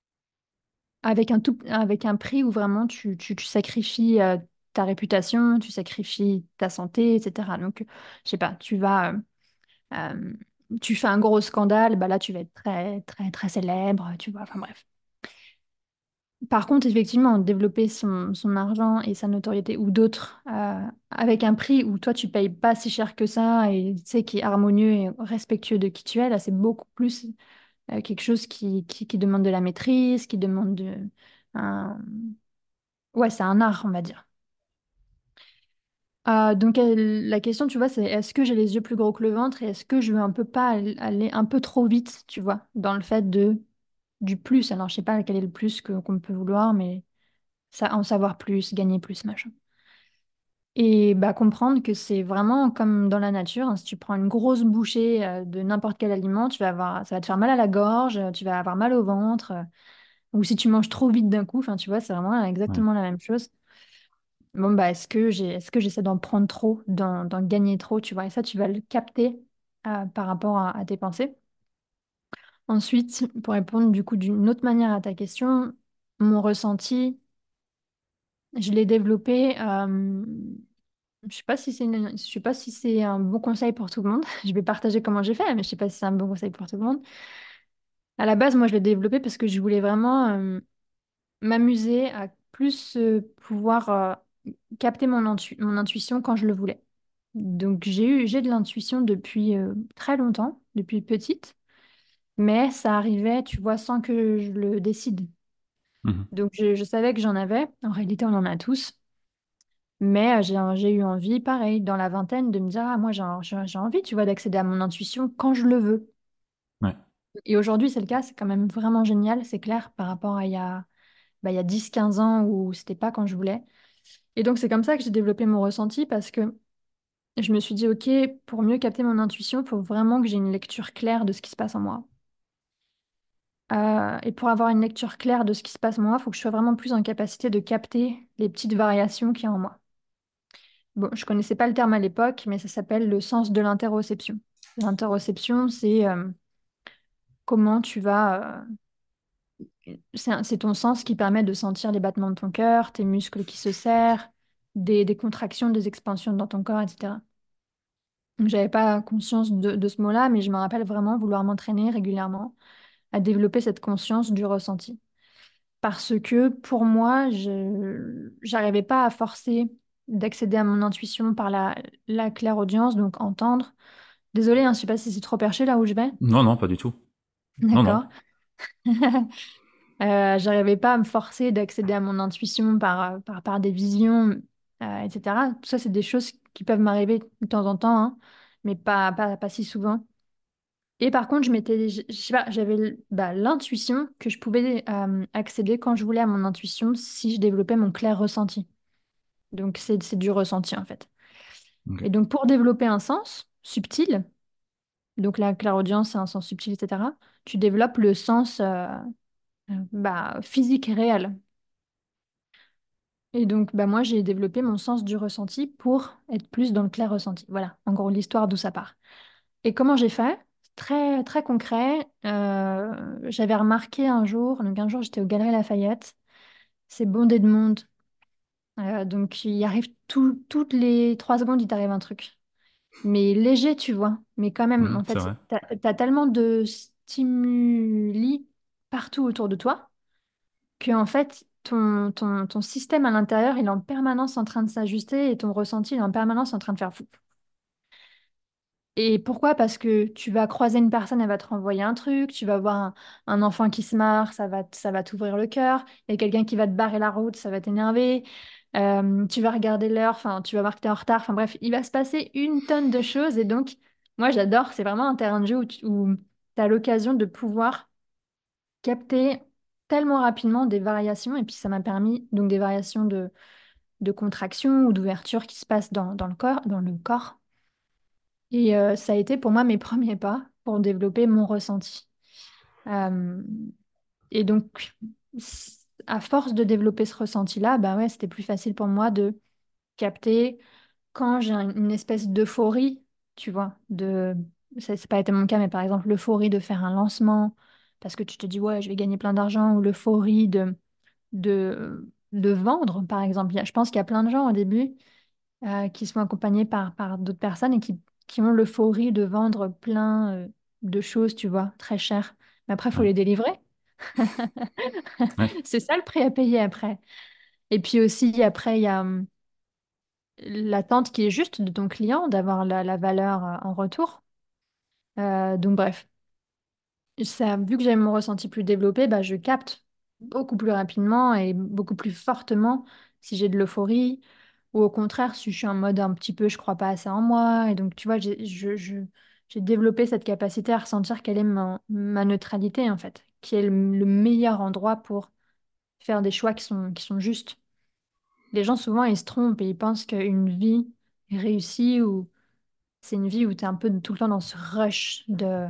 avec un prix où vraiment tu sacrifies ta réputation, tu sacrifies ta santé, etc. Donc, je sais pas, euh, tu fais un gros scandale, bah là, tu vas être très, très, très célèbre, tu vois, enfin bref. Par contre, effectivement, développer son argent et sa notoriété ou d'autres avec un prix où toi, tu payes pas si cher que ça et tu sais, qui est harmonieux et respectueux de qui tu es, là, c'est beaucoup plus quelque chose qui demande de la maîtrise, qui demande un... Ouais, c'est un art, on va dire. Donc la question, tu vois, c'est est-ce que j'ai les yeux plus gros que le ventre et est-ce que je veux un peu pas aller un peu trop vite, tu vois, dans le fait du plus. Alors, je sais pas quel est le plus qu'on peut vouloir, mais ça, en savoir plus, gagner plus, machin. Et bah, comprendre que c'est vraiment comme dans la nature, hein. Si tu prends une grosse bouchée de n'importe quel aliment, ça va te faire mal à la gorge, tu vas avoir mal au ventre. Ou si tu manges trop vite d'un coup, enfin, tu vois, c'est vraiment Ouais. exactement la même chose. Bon, bah, est-ce que j'essaie d'en prendre trop, d'en gagner trop, tu vois, et ça, tu vas le capter par rapport à tes pensées. Ensuite, pour répondre du coup d'une autre manière à ta question, mon ressenti, je l'ai développé. Je sais pas si c'est un bon conseil pour tout le monde. Je vais partager comment j'ai fait, mais je sais pas si c'est un bon conseil pour tout le monde. À la base, moi, je l'ai développé parce que je voulais vraiment m'amuser à plus pouvoir capter mon intuition quand je le voulais. Donc, j'ai de l'intuition depuis très longtemps, depuis petite, mais ça arrivait, tu vois, sans que je le décide. Mhm. Donc, je savais que j'en avais. En réalité, on en a tous. Mais j'ai eu envie, pareil, dans la vingtaine, de me dire, ah, moi, j'ai envie, tu vois, d'accéder à mon intuition quand je le veux. Ouais. Et aujourd'hui, c'est le cas, c'est quand même vraiment génial, c'est clair, par rapport à il y a 10 15 ans où c'était pas quand je voulais. Et donc, c'est comme ça que j'ai développé mon ressenti parce que je me suis dit, OK, pour mieux capter mon intuition, il faut vraiment que j'ai une lecture claire de ce qui se passe en moi. Et pour avoir une lecture claire de ce qui se passe en moi, il faut que je sois vraiment plus en capacité de capter les petites variations qu'il y a en moi. Bon, je connaissais pas le terme à l'époque, mais ça s'appelle le sens de l'interoception. L'interoception, c'est comment tu vas... c'est ton sens qui permet de sentir les battements de ton cœur, tes muscles qui se serrent, des contractions, des expansions dans ton corps, etc. Donc, j'avais pas conscience de ce mot-là, mais je me rappelle vraiment vouloir m'entraîner régulièrement à développer cette conscience du ressenti. Parce que pour moi, je n'arrivais pas à forcer d'accéder à mon intuition par la clairaudience, donc entendre. Désolée, hein, je sais pas si c'est trop perché là où je vais. Non, non, pas du tout. Non, non. D'accord. J'arrivais pas à me forcer d'accéder à mon intuition par des visions, etc. Tout ça, c'est des choses qui peuvent m'arriver de temps en temps, hein, mais pas si souvent. Et par contre, je sais pas, j'avais l'intuition que je pouvais accéder quand je voulais à mon intuition si je développais mon clair ressenti. Donc, c'est du ressenti en fait. Ok. Et donc, pour développer un sens subtil, donc la clairaudience, c'est un sens subtil, etc., tu développes le sens physique et réel. Et donc, moi, j'ai développé mon sens du ressenti pour être plus dans le clair ressenti. Voilà, en gros, l'histoire d'où ça part. Et comment j'ai fait? Très, très concret. J'avais remarqué un jour, j'étais aux Galeries Lafayette. C'est bondé de monde. Donc, il arrive toutes les 3 secondes, il t'arrive un truc. Mais léger, tu vois. Mais quand même, Mhm, en c'est fait, vrai. t'as tellement de stimuli partout autour de toi que, en fait, ton système à l'intérieur, il est en permanence en train de s'ajuster et ton ressenti, il est en permanence en train de faire fou. Et pourquoi? Parce que tu vas croiser une personne, elle va te renvoyer un truc, tu vas voir un enfant qui se marre, ça va t'ouvrir le cœur, il y a quelqu'un qui va te barrer la route, ça va t'énerver. Tu vas regarder l'heure, enfin, tu vas voir que t'es en retard, enfin bref, il va se passer une tonne de choses et donc, moi j'adore, c'est vraiment un terrain de jeu où tu as l'occasion de pouvoir capter tellement rapidement des variations et puis ça m'a permis, donc des variations de contraction ou d'ouverture qui se passent dans le corps, et ça a été pour moi mes premiers pas pour développer mon ressenti. Euh, et donc, à force de développer ce ressenti-là, bah ouais, c'était plus facile pour moi de capter quand j'ai une espèce d'euphorie, tu vois, c'est pas été mon cas, mais par exemple, l'euphorie de faire un lancement, parce que tu te dis, ouais, je vais gagner plein d'argent, ou l'euphorie de vendre, par exemple. Je pense qu'il y a plein de gens au début qui sont accompagnés par d'autres personnes et qui ont l'euphorie de vendre plein de choses, tu vois, très chères. Mais après, il faut Ouais. les délivrer. Ouais. C'est ça le prix à payer après. Et puis aussi, après, il y a l'attente qui est juste de ton client, d'avoir la valeur en retour. Donc bref, ça, vu que j'ai mon ressenti plus développé, bah, je capte beaucoup plus rapidement et beaucoup plus fortement si j'ai de l'euphorie ou au contraire si je suis en mode un petit peu je crois pas assez en moi. Et donc tu vois, j'ai développé cette capacité à ressentir quelle est ma neutralité en fait, qui est le meilleur endroit pour faire des choix qui sont justes. Les gens souvent ils se trompent et ils pensent qu'une vie réussie ou c'est une vie où tu es un peu tout le temps dans ce rush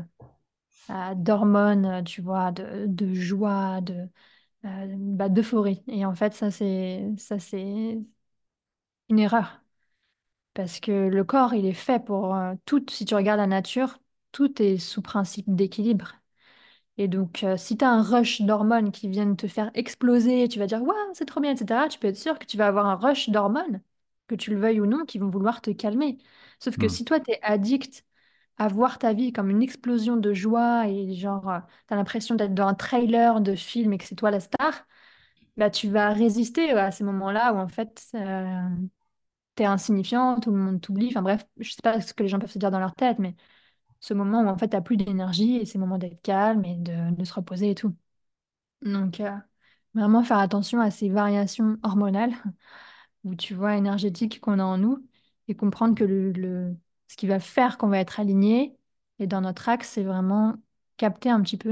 d'hormones, tu vois, de joie, d'euphorie. Et en fait, ça c'est une erreur. Parce que le corps, il est fait pour tout. Si tu regardes la nature, tout est sous principe d'équilibre. Et donc, si tu as un rush d'hormones qui viennent te faire exploser, tu vas dire, waouh, c'est trop bien, etc., tu peux être sûr que tu vas avoir un rush d'hormones, que tu le veuilles ou non, qui vont vouloir te calmer. Sauf que Hmm. si toi, tu es addict à voir ta vie comme une explosion de joie et genre, tu as l'impression d'être dans un trailer de film et que c'est toi la star, bah, tu vas résister à ces moments-là où en fait, t'es insignifiant, tout le monde t'oublie. Enfin bref, je sais pas ce que les gens peuvent se dire dans leur tête, mais ce moment où en fait, t'as plus d'énergie et c'est le moment d'être calme et de se reposer et tout. Donc, vraiment faire attention à ces variations hormonales ou tu vois énergétiques qu'on a en nous et comprendre que ce qui va faire qu'on va être aligné et dans notre axe, c'est vraiment capter un petit peu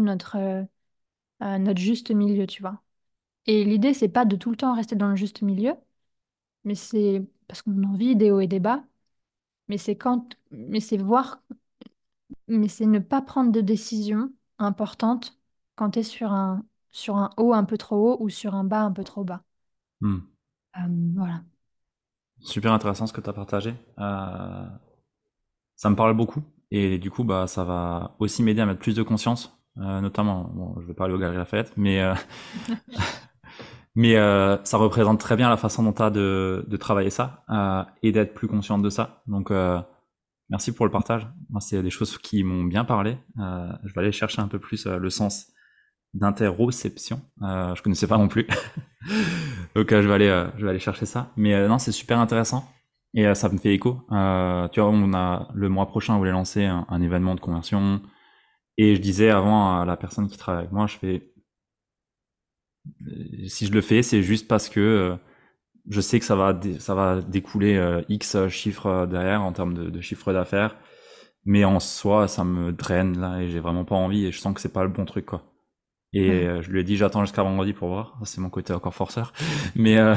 notre juste milieu, tu vois. Et l'idée, c'est pas de tout le temps rester dans le juste milieu, mais c'est parce qu'on en vit des hauts et des bas, mais c'est voir, mais c'est ne pas prendre de décision importante quand tu es sur un haut un peu trop haut ou sur un bas un peu trop bas. Hmm. Voilà. Super intéressant ce que tu as partagé. Ça me parle beaucoup et du coup bah ça va aussi m'aider à mettre plus de conscience, notamment bon je vais pas aller aux Galeries Lafayette mais ça représente très bien la façon dont tu as de travailler ça et d'être plus consciente de ça. Donc merci pour le partage. Moi c'est des choses qui m'ont bien parlé. Je vais aller chercher un peu plus le sens d'interoception. Je connaissais pas non plus. Donc je vais aller chercher ça. Mais non, c'est super intéressant et ça me fait écho. Tu vois, on a le mois prochain, on voulait lancer un événement de conversion et je disais avant à la personne qui travaille avec moi, je fais si je le fais, c'est juste parce que je sais que ça va découler X chiffres derrière en termes de chiffre d'affaires, mais en soi, ça me draine là et j'ai vraiment pas envie et je sens que c'est pas le bon truc quoi. Et Ouais. je lui ai dit j'attends jusqu'à vendredi pour voir. C'est mon côté encore forceur, mais euh,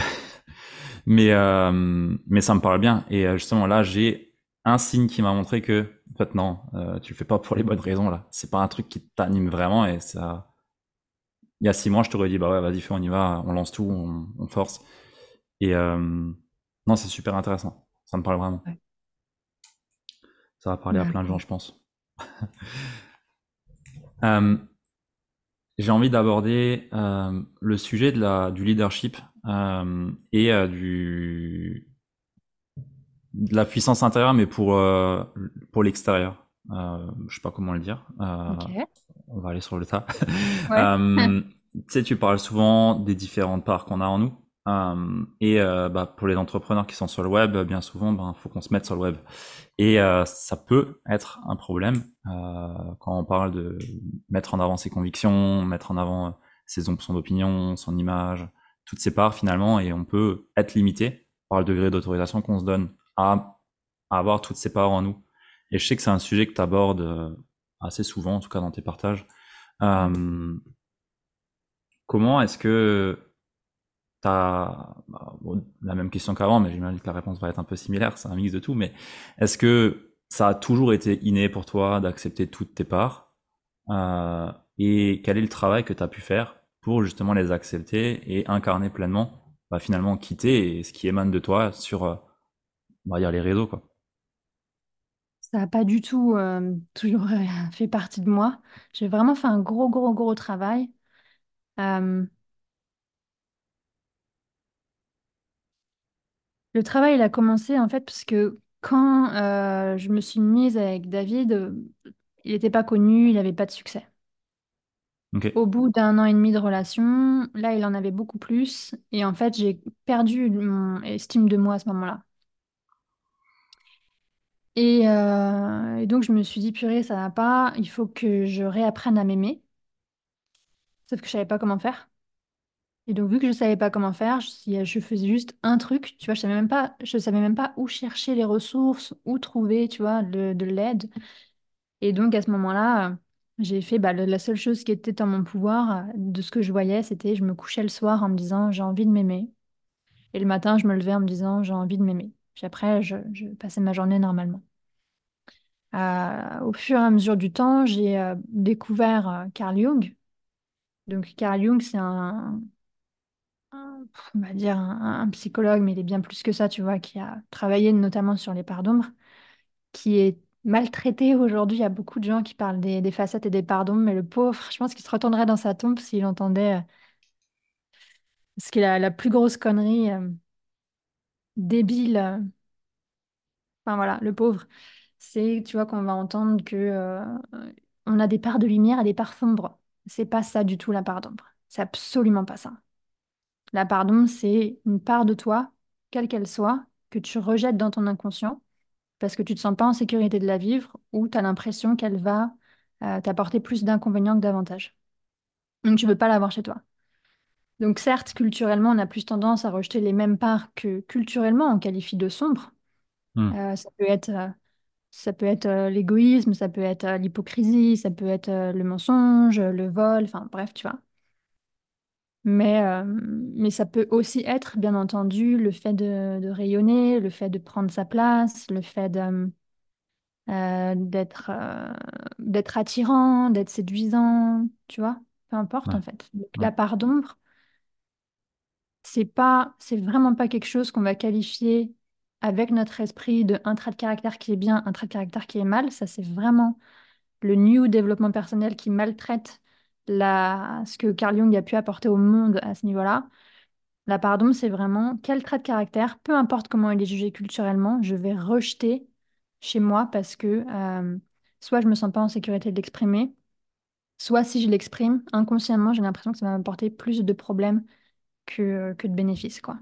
mais ça me parle bien. Et justement là, j'ai un signe qui m'a montré que en fait non, tu le fais pas pour les bonnes raisons là. C'est pas un truc qui t'anime vraiment et ça. Il y a 6 mois, je t'aurais dit bah ouais, vas-y, fais, on y va, on lance tout, on force. Et non, c'est super intéressant. Ça me parle vraiment. Ouais. Ça va parler à Bah, plein de gens, cool. je pense. Euh, j'ai envie d'aborder le sujet du leadership et de la puissance intérieure, mais pour l'extérieur. Je sais pas comment le dire. Ok. On va aller sur le tas. Ouais. Euh, tu sais, tu parles souvent des différentes parts qu'on a en nous. Bah, pour les entrepreneurs qui sont sur le web, bien souvent, ben, faut qu'on se mette sur le web. Et ça peut être un problème quand on parle de mettre en avant ses convictions, mettre en avant ses options d'opinion, son image, toutes ces parts finalement, et on peut être limité par le degré d'autorisation qu'on se donne à avoir toutes ces parts en nous. Et je sais que c'est un sujet que tu abordes assez souvent, en tout cas dans tes partages. Mm. Euh, comment est-ce que t'as bon, la même question qu'avant, mais j'imagine que la réponse va être un peu similaire, c'est un mix de tout, mais est-ce que ça a toujours été inné pour toi d'accepter toutes tes parts et quel est le travail que tu as pu faire pour justement les accepter et incarner pleinement, bah, finalement quitter et ce qui émane de toi sur on va dire les réseaux quoi. ça n'a pas du tout toujours fait partie de moi. J'ai vraiment fait un gros, gros, gros travail. Euh, le travail, il a commencé en fait parce que quand je me suis mise avec David, il n'était pas connu, il n'avait pas de succès. Ok. Au bout d'un an et demi de relation, là, il en avait beaucoup plus. Et en fait, j'ai perdu mon estime de moi à ce moment-là. Et donc, je me suis dit, purée, ça va pas, il faut que je réapprenne à m'aimer. Sauf que je savais pas comment faire. Et donc, vu que je savais pas comment faire, je faisais juste un truc, tu vois, je savais même pas où chercher les ressources, où trouver, tu vois, de l'aide. Et donc, à ce moment-là, j'ai fait bah, la seule chose qui était en mon pouvoir de ce que je voyais, c'était je me couchais le soir en me disant, j'ai envie de m'aimer. Et le matin, je me levais en me disant, j'ai envie de m'aimer. Puis après, je passais ma journée normalement. Au fur et à mesure du temps, j'ai découvert Carl Jung. Donc, Carl Jung, c'est on va dire un psychologue, mais il est bien plus que ça, tu vois, qui a travaillé notamment sur les parts d'ombre, qui est maltraité aujourd'hui. Il y a beaucoup de gens qui parlent des facettes et des parts d'ombre, mais le pauvre, je pense qu'il se retournerait dans sa tombe s'il entendait ce qui est la plus grosse connerie débile. Enfin voilà, le pauvre, c'est, tu vois, qu'on va entendre que on a des parts de lumière et des parts sombres. C'est pas ça du tout la part d'ombre. C'est absolument pas ça. La part d'ombre, c'est une part de toi, quelle qu'elle soit, que tu rejettes dans ton inconscient parce que tu te sens pas en sécurité de la vivre ou tu as l'impression qu'elle va t'apporter plus d'inconvénients que d'avantages. Donc tu veux pas l'avoir chez toi. Donc certes, culturellement, on a plus tendance à rejeter les mêmes parts que culturellement on qualifie de sombres. Hmm. Ça peut être l'égoïsme, ça peut être l'hypocrisie, ça peut être le mensonge, le vol, enfin bref, tu vois. Mais ça peut aussi être, bien entendu, le fait de rayonner, le fait de prendre sa place, le fait d'être attirant, d'être séduisant, tu vois. Peu importe, Ouais. en fait. Donc, Ouais. la part d'ombre, c'est vraiment pas quelque chose qu'on va qualifier avec notre esprit de un trait de caractère qui est bien, un trait de caractère qui est mal. Ça, c'est vraiment le new développement personnel qui maltraite ce que Carl Jung a pu apporter au monde à ce niveau-là. La pardon, c'est vraiment quel trait de caractère, peu importe comment il est jugé culturellement, je vais rejeter chez moi parce que soit je me sens pas en sécurité de l'exprimer, soit si je l'exprime, inconsciemment, j'ai l'impression que ça va m'apporter plus de problèmes que de bénéfices, quoi.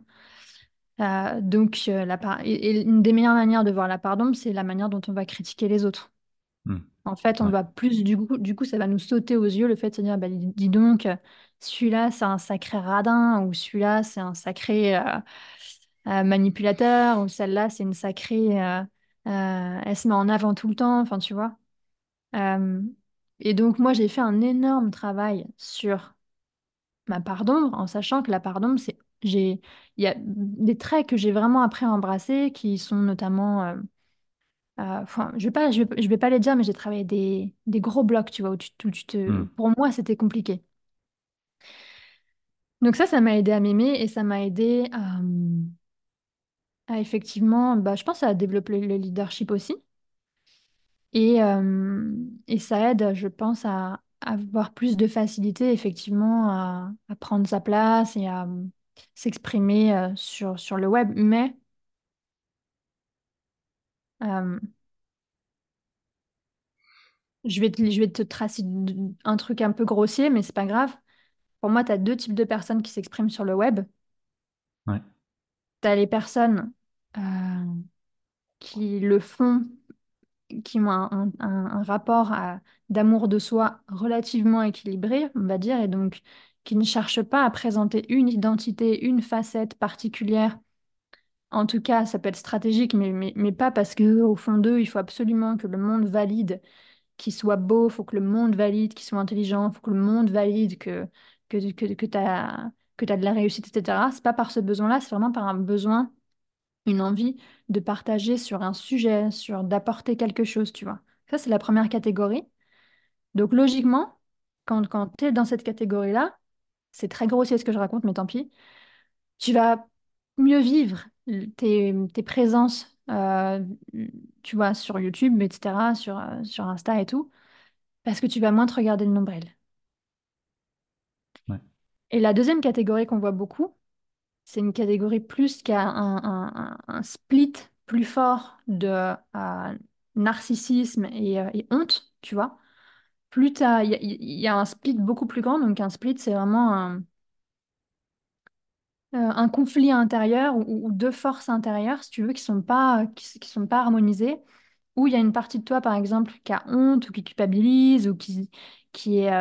Et une des meilleures manières de voir la pardon, c'est la manière dont on va critiquer les autres. Hmm. En fait, on Ouais. va plus du coup, ça va nous sauter aux yeux le fait de se dire, bah, dis donc, celui-là, c'est un sacré radin, ou celui-là, c'est un sacré manipulateur, ou celle-là, c'est une sacrée, elle se met en avant tout le temps, enfin, tu vois. Euh, et donc, moi, j'ai fait un énorme travail sur ma part d'ombre, en sachant que la part d'ombre, il y a des traits que j'ai vraiment appris à embrasser, qui sont notamment enfin, je vais pas les dire, mais j'ai travaillé des gros blocs, tu vois, Hmm. pour moi, c'était compliqué. Donc ça m'a aidé à m'aimer et ça m'a aidé à effectivement, bah, je pense à développer le leadership aussi. Et ça aide, je pense, à avoir plus de facilité, effectivement, à prendre sa place et à s'exprimer sur le web. Mais euh, je vais te tracer un truc un peu grossier, mais c'est pas grave. Pour moi, tu as deux types de personnes qui s'expriment sur le web. Ouais. Tu as les personnes euh, qui le font, qui ont un rapport d'amour de soi relativement équilibré, on va dire, et donc qui ne cherchent pas à présenter une identité, une facette particulière. En tout cas, ça peut être stratégique, mais pas parce que au fond d'eux, il faut absolument que le monde valide qu'il soit beau, il faut que le monde valide qu'il soit intelligent, il faut que le monde valide que tu as, que tu de la réussite, etc. C'est pas par ce besoin-là, c'est vraiment par un besoin, une envie de partager sur un sujet, d'apporter quelque chose, tu vois. Ça, c'est la première catégorie. Donc, logiquement, quand tu es dans cette catégorie-là, c'est très grossier ce que je raconte, mais tant pis, tu vas mieux vivre tes présences euh, tu vois, sur YouTube, etc., sur Insta et tout, parce que tu vas moins te regarder le nombril. Ouais. Et la deuxième catégorie qu'on voit beaucoup, c'est une catégorie plus qui a un split plus fort de narcissisme et honte, tu vois. Il y a un split beaucoup plus grand, donc un split, c'est vraiment un conflit intérieur ou deux forces intérieures, si tu veux, qui sont pas harmonisées, où il y a une partie de toi, par exemple, qui a honte ou qui culpabilise ou qui est,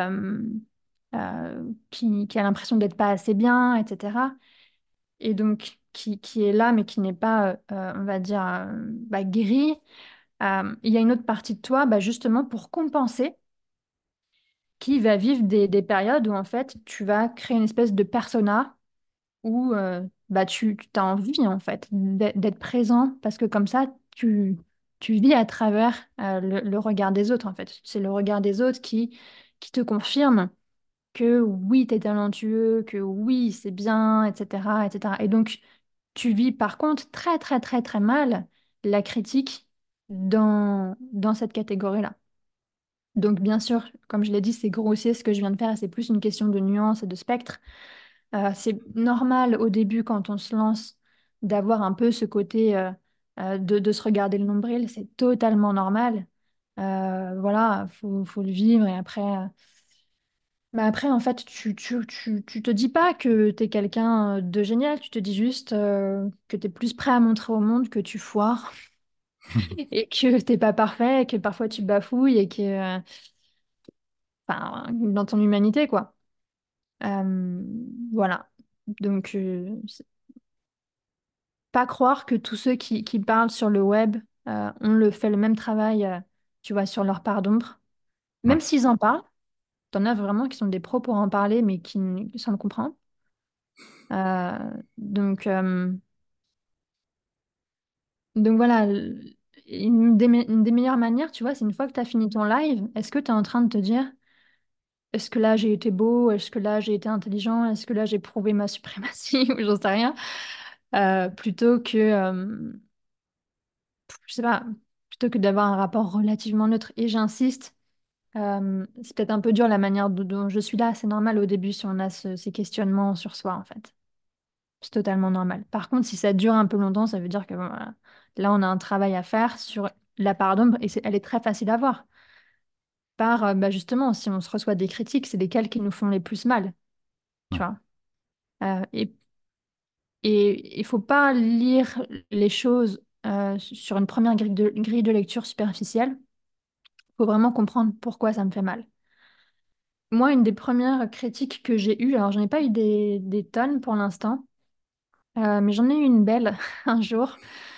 qui a l'impression d'être pas assez bien, etc. Et donc qui est là, mais qui n'est pas, on va dire, bah, guérie. Il y a une autre partie de toi, bah, justement, pour compenser, qui va vivre des périodes où, en fait, tu vas créer une espèce de persona où bah, tu as envie en fait d'être présent parce que comme ça tu vis à travers le regard des autres en fait. C'est le regard des autres qui te confirme que oui, tu es talentueux, que oui, c'est bien, etc., etc. Et donc tu vis par contre très très très très mal la critique dans cette catégorie-là. Donc bien sûr, comme je l'ai dit, c'est grossier ce que je viens de faire, c'est plus une question de nuance et de spectre. C'est normal au début, quand on se lance, d'avoir un peu ce côté de se regarder le nombril. C'est totalement normal. Voilà, faut le vivre. Et après, mais après en fait, tu te dis pas que tu es quelqu'un de génial. Tu te dis juste que tu es plus prêt à montrer au monde que tu foires et que t'es pas parfait, et que parfois tu bafouilles et que, enfin, dans ton humanité, quoi. Euh, voilà. Donc, pas croire que tous ceux qui parlent sur le web fait le même travail, tu vois, sur leur part d'ombre. Même Ouais. s'ils en parlent, t'en as vraiment qui sont des pros pour en parler, mais sans le comprendre. Euh, donc, euh, donc voilà, une des meilleures manières, tu vois, c'est une fois que tu as fini ton live, est-ce que tu es en train de te dire, est-ce que là j'ai été beau, est-ce que là j'ai été intelligent, est-ce que là j'ai prouvé ma suprématie, ou j'en sais rien, plutôt que, je sais pas, plutôt que d'avoir un rapport relativement neutre. Et j'insiste, c'est peut-être un peu dur la manière dont je suis là. C'est normal au début si on a ces questionnements sur soi, en fait. C'est totalement normal. Par contre, si ça dure un peu longtemps, ça veut dire que bon, voilà, là, on a un travail à faire sur la part d'ombre et elle est très facile à voir. Bah justement, si on se reçoit des critiques, c'est lesquelles qui nous font les plus mal, tu Ouais. vois. Et il faut pas lire les choses sur une première grille de lecture superficielle. Il faut vraiment comprendre pourquoi ça me fait mal. Moi, une des premières critiques que j'ai eues, alors j'en ai pas eu des tonnes pour l'instant, mais j'en ai eu une belle un jour.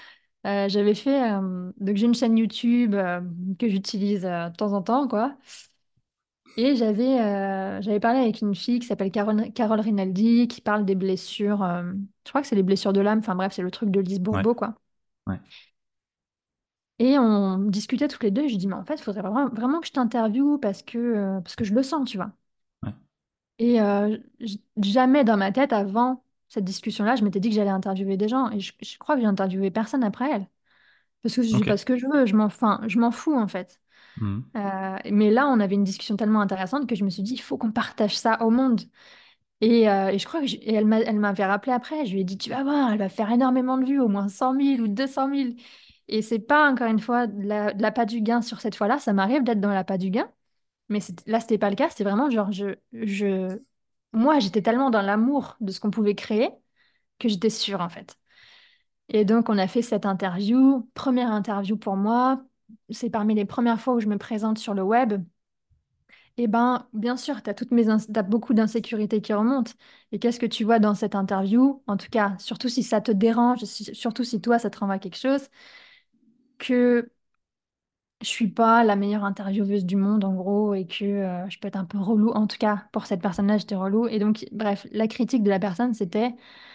Donc j'ai une chaîne YouTube que j'utilise de temps en temps, quoi. Et j'avais parlé avec une fille qui s'appelle Carole Rinaldi, qui parle des blessures, je crois que c'est les blessures de l'âme, enfin bref, c'est le truc de Lise Ouais. Bourbeau, quoi. Ouais. Et on discutait toutes les deux, et je lui dis, mais en fait, il faudrait vraiment que je t'interviewe parce que je le sens, tu vois. Ouais. Et jamais dans ma tête, avant cette discussion-là, je m'étais dit que j'allais interviewer des gens. Et je crois que j'ai interviewé personne après elle. Parce que je dis Ok. pas ce que je veux, je m'en fous en fait. Mhm. Mais là, on avait une discussion tellement intéressante que je me suis dit, il faut qu'on partage ça au monde. Et je crois et elle m'avait rappelé après, je lui ai dit, tu vas voir, elle va faire énormément de vues, au moins 100 000 ou 200 000. Et c'est pas encore une fois de la pas du gain sur cette fois-là, ça m'arrive d'être dans la pas du gain. Mais là, c'était pas le cas. C'était vraiment genre, moi, j'étais tellement dans l'amour de ce qu'on pouvait créer que j'étais sûre, en fait. Et donc, on a fait cette interview. Première interview pour moi. C'est parmi les premières fois où je me présente sur le web. Et ben, bien sûr, t'as beaucoup d'insécurités qui remontent. Et qu'est-ce que tu vois dans cette interview? En tout cas, surtout si ça te dérange, surtout si toi, ça te renvoie quelque chose, que je suis pas la meilleure intervieweuse du monde en gros et que je peux être un peu relou. En tout cas, pour cette personne-là, j'étais relou. Et donc, bref, la critique de la personne, c'était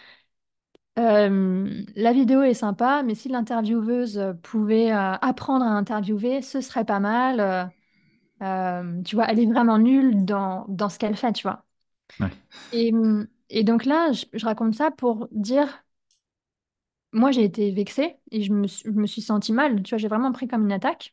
la vidéo est sympa, mais si l'intervieweuse pouvait apprendre à interviewer, ce serait pas mal. Tu vois, elle est vraiment nulle dans ce qu'elle fait, tu vois. Ouais. Et donc là, je raconte ça pour dire moi, j'ai été vexée et je me suis sentie mal. Tu vois, j'ai vraiment pris comme une attaque.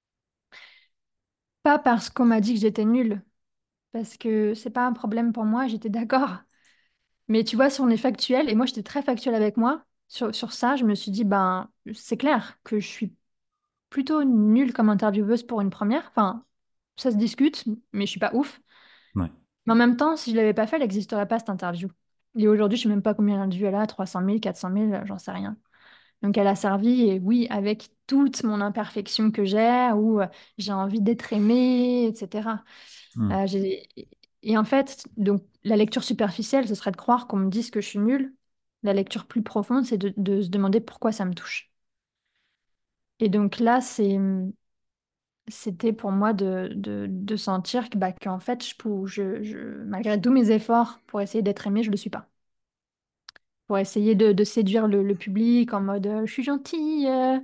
Pas parce qu'on m'a dit que j'étais nulle, parce que c'est pas un problème pour moi, j'étais d'accord. Mais tu vois, si on est factuel, et moi j'étais très factuelle avec moi, sur ça, je me suis dit, ben, c'est clair que je suis plutôt nulle comme intervieweuse pour une première. Enfin, ça se discute, mais je suis pas ouf. Ouais. Mais en même temps, si je l'avais pas fait, elle n'existerait pas cette interview. Et aujourd'hui, je sais même pas combien de vues elle a, 300 000, 400 000, j'en sais rien. Donc elle a servi, et oui, avec toute mon imperfection que j'ai, où j'ai envie d'être aimée, etc. Hmm. Euh, j'ai- Et en fait, donc la lecture superficielle, ce serait de croire qu'on me dise que je suis nulle. La lecture plus profonde, c'est de se demander pourquoi ça me touche. Et donc là, c'était pour moi de sentir que, bah, qu'en fait, malgré tous mes efforts pour essayer d'être aimée, je ne le suis pas. Pour essayer de séduire le public en mode je suis gentille.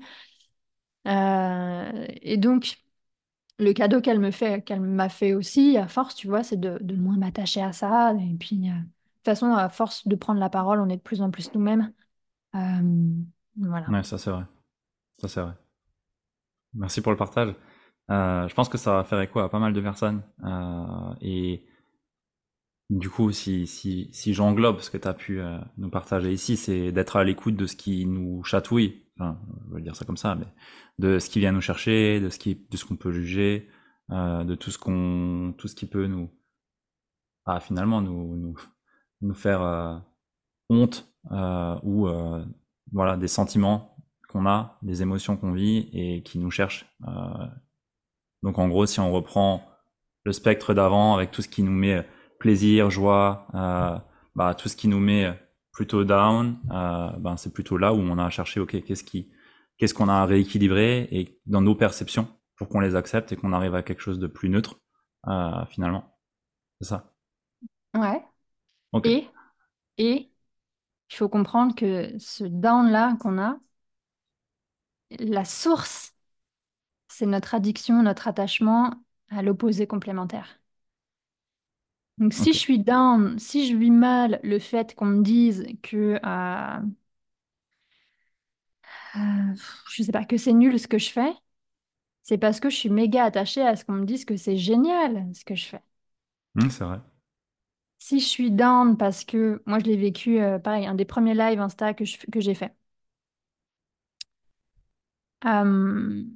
Et donc, le cadeau qu'elle m'a fait aussi, à force, tu vois, c'est de moins m'attacher à ça. Et puis, de toute façon, à force de prendre la parole, on est de plus en plus nous-mêmes. Euh, voilà. Ouais, ça c'est vrai. Ça c'est vrai. Merci pour le partage. Je pense que ça va faire écho à pas mal de personnes. Et du coup, si j'englobe ce que tu as pu nous partager ici, c'est d'être à l'écoute de ce qui nous chatouille. Enfin, je vais dire ça comme ça, mais de ce qui vient nous chercher, de ce qu'on peut juger, de tout ce qui peut finalement nous faire honte ou voilà des sentiments qu'on a, des émotions qu'on vit et qui nous cherchent. Donc en gros, si on reprend le spectre d'avant avec tout ce qui nous met plaisir, joie, tout ce qui nous met plutôt down, c'est plutôt là où on a à chercher, ok, qu'est-ce qu'on a à rééquilibrer et dans nos perceptions pour qu'on les accepte et qu'on arrive à quelque chose de plus neutre finalement. C'est ça. Ouais. Ok. Et, et il faut comprendre que ce down-là qu'on a, la source, c'est notre addiction, notre attachement à l'opposé complémentaire. Donc si Ok. je suis down, si je vis mal le fait qu'on me dise que, je sais pas, que c'est nul ce que je fais, c'est parce que je suis méga attachée à ce qu'on me dise que c'est génial ce que je fais. C'est vrai. Si je suis down parce que, moi je l'ai vécu, pareil, un des premiers lives Insta que j'ai fait. Euh,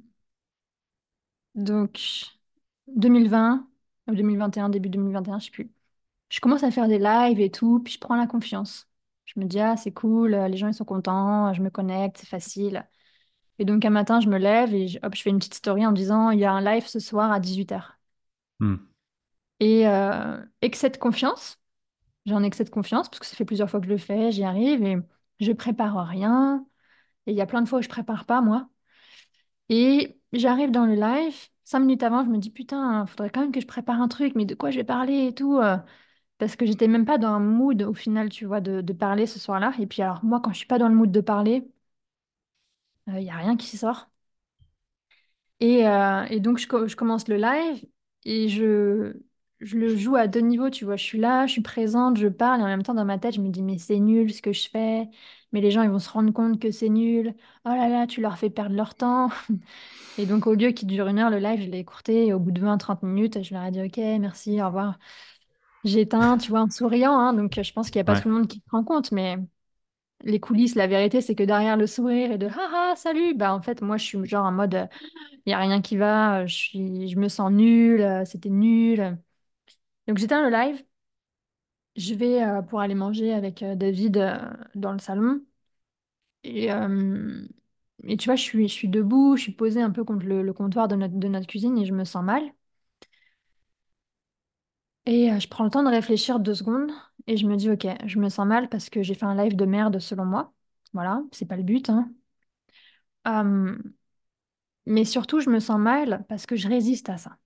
donc 2020 ou 2021, début 2021, je sais plus. Je commence à faire des lives et tout, puis je prends la confiance. Je me dis, ah, c'est cool, les gens ils sont contents, je me connecte, c'est facile. Et donc un matin, je me lève et hop, je fais une petite story en me disant, il y a un live ce soir à 18h. Hmm. Et excès de confiance, j'ai un excès de confiance parce que ça fait plusieurs fois que je le fais, j'y arrive et je prépare rien. Et il y a plein de fois où je prépare pas, moi. Et j'arrive dans le live, 5 minutes avant, je me dis, putain, faudrait quand même que je prépare un truc, mais de quoi je vais parler et tout. Parce que j'étais même pas dans un mood au final, tu vois, de parler ce soir-là. Et puis alors moi, quand je suis pas dans le mood de parler, il y a rien qui sort. Et donc je commence le live et je le joue à deux niveaux, tu vois. Je suis là, je suis présente, je parle et en même temps dans ma tête, je me dis mais c'est nul ce que je fais, mais les gens ils vont se rendre compte que c'est nul. Oh là là, tu leur fais perdre leur temps. Et donc au lieu qu'il dure 1 heure, le live, je l'ai écourté et au bout de 20 30 minutes, je leur ai dit ok, merci, au revoir. J'éteins, tu vois, en souriant, hein, donc je pense qu'il n'y a pas Ouais. tout le monde qui se rend compte, mais les coulisses, la vérité, c'est que derrière le sourire et de haha, salut, bah en fait, moi je suis genre en mode il n'y a rien qui va, je me sens nulle, c'était nul. Donc j'éteins le live, je vais pour aller manger avec David dans le salon. Et, euh, et tu vois, je suis debout, je suis posée un peu contre le comptoir de notre cuisine et je me sens mal. Et je prends le temps de réfléchir 2 secondes et je me dis, ok, je me sens mal parce que j'ai fait un live de merde selon moi. Voilà, c'est pas le but, hein. Euh, mais surtout, je me sens mal parce que je résiste à ça.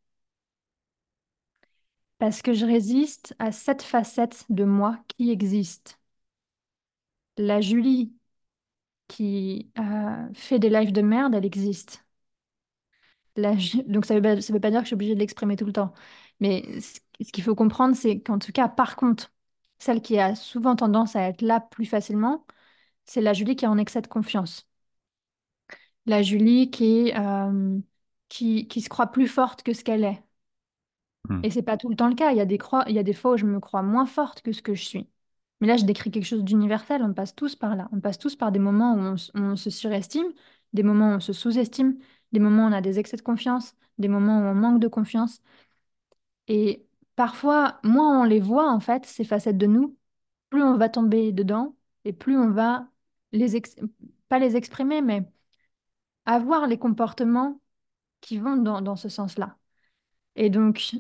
Parce que je résiste à cette facette de moi qui existe. La Julie qui fait des lives de merde, elle existe. Donc ça veut pas dire que je suis obligée de l'exprimer tout le temps. Mais ce qu'il faut comprendre, c'est qu'en tout cas, par contre, celle qui a souvent tendance à être là plus facilement, c'est la Julie qui est en excès de confiance. La Julie qui se croit plus forte que ce qu'elle est. Hmm. Et c'est pas tout le temps le cas. Il y a des fois où je me crois moins forte que ce que je suis. Mais là, je décris quelque chose d'universel. On passe tous par là. On passe tous par des moments où on se surestime, des moments où on se sous-estime, des moments où on a des excès de confiance, des moments où on manque de confiance. Et parfois, moins on les voit, en fait, ces facettes de nous, plus on va tomber dedans et plus on va les ex- pas les exprimer, mais avoir les comportements qui vont dans ce sens-là. Et donc,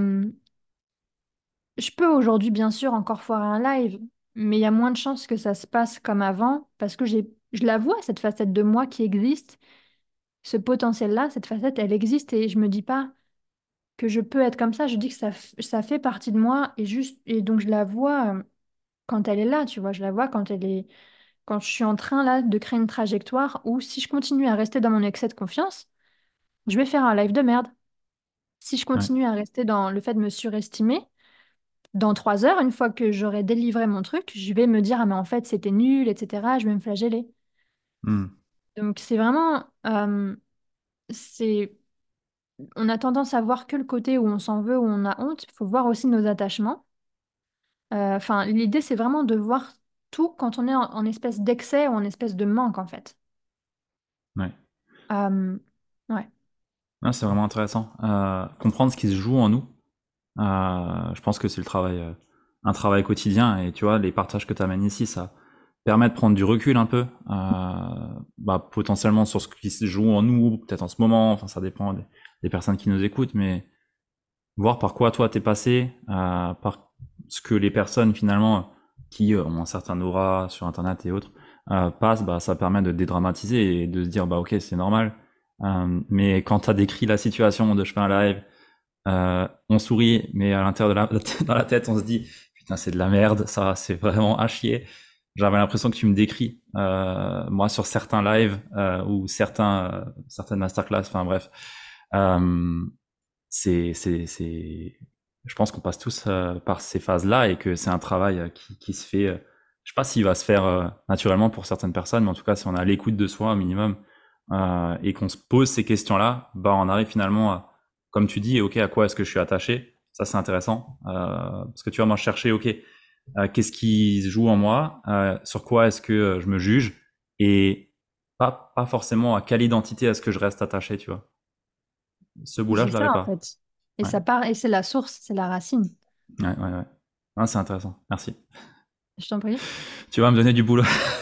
je peux aujourd'hui, bien sûr, encore foirer un live, mais il y a moins de chances que ça se passe comme avant parce que je la vois, cette facette de moi qui existe, ce potentiel-là, cette facette, elle existe et je me dis pas que je peux être comme ça, je dis que ça fait partie de moi et donc je la vois quand elle est là, tu vois, je la vois quand je suis en train là de créer une trajectoire où si je continue à rester dans mon excès de confiance, je vais faire un live de merde. Si je Ouais. continue à rester dans le fait de me surestimer, dans 3 heures, une fois que j'aurai délivré mon truc, je vais me dire, ah mais en fait c'était nul, etc. Je vais me flageller. Hmm. Donc c'est vraiment, c'est, on a tendance à voir que le côté où on s'en veut, où on a honte. Il faut voir aussi nos attachements. Enfin, l'idée c'est vraiment de voir tout quand on est en espèce d'excès ou en espèce de manque en fait. Ouais. Euh, ouais, Non, c'est vraiment intéressant. Comprendre ce qui se joue en nous. Je pense que c'est un travail quotidien. Et tu vois, les partages que tu amènes ici, ça permet de prendre du recul un peu, bah, potentiellement sur ce qui se joue en nous, peut-être en ce moment. Enfin, ça dépend des personnes qui nous écoutent, mais voir par quoi toi t'es passé, par ce que les personnes finalement qui ont un certain aura sur Internet et autres passent, bah, ça permet de dédramatiser et de se dire bah ok c'est normal. Mais quand t'as décrit la situation de je fais un live, on sourit, mais à l'intérieur dans la tête, on se dit putain c'est de la merde, ça c'est vraiment à chier. J'avais l'impression que tu me décris, moi sur certains lives ou certaines masterclass, enfin bref. Euh, je pense qu'on passe tous par ces phases-là et que c'est un travail qui se fait. Je sais pas s'il va se faire naturellement pour certaines personnes, mais en tout cas, si on est à l'écoute de soi un minimum et qu'on se pose ces questions-là, bah on arrive finalement à, comme tu dis, ok, à quoi est-ce que je suis attaché? Ça, c'est intéressant parce que tu vas moi chercher, ok, qu'est-ce qui se joue en moi? Sur quoi est-ce que je me juge? Et pas forcément à quelle identité est-ce que je reste attaché, tu vois. Ce bout-là, c'est je ça l'avais en pas. fait. Et Ouais. ça part, et c'est la source, c'est la racine. Ouais, ouais, ouais. Ah, c'est intéressant. Merci. Je t'en prie. Tu vas me donner du boulot.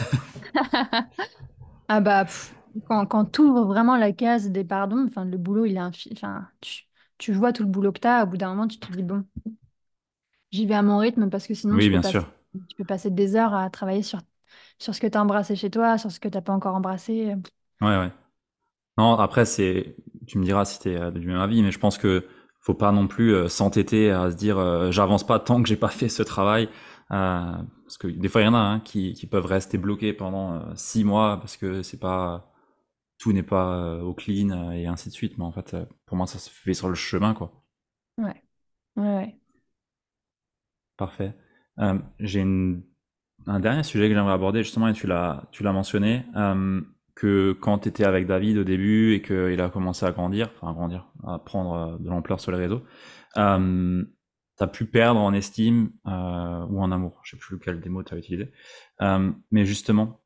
Ah bah, quand tu ouvres vraiment la case des pardons, enfin, le boulot, il est enfin, tu vois tout le boulot que tu as, au bout d'un moment, tu te dis, bon, j'y vais à mon rythme parce que sinon, Oui, bien sûr. tu peux passer des heures à travailler sur ce que tu as embrassé chez toi, sur ce que tu n'as pas encore embrassé. Ouais, ouais. Non, après, tu me diras si t'es du même avis, mais je pense que faut pas non plus s'entêter à se dire j'avance pas tant que j'ai pas fait ce travail. Parce que des fois, il y en a hein, qui peuvent rester bloqués pendant 6 mois parce que tout n'est pas au clean et ainsi de suite. Mais en fait, pour moi, ça se fait sur le chemin, quoi. Ouais, ouais, ouais. Parfait. J'ai un dernier sujet que j'aimerais aborder justement, et tu l'as mentionné, que quand tu étais avec David au début et qu'il a commencé à grandir, à prendre de l'ampleur sur les réseaux, t'as pu perdre en estime ou en amour, je sais plus lequel des mots tu as utilisé. Mais justement,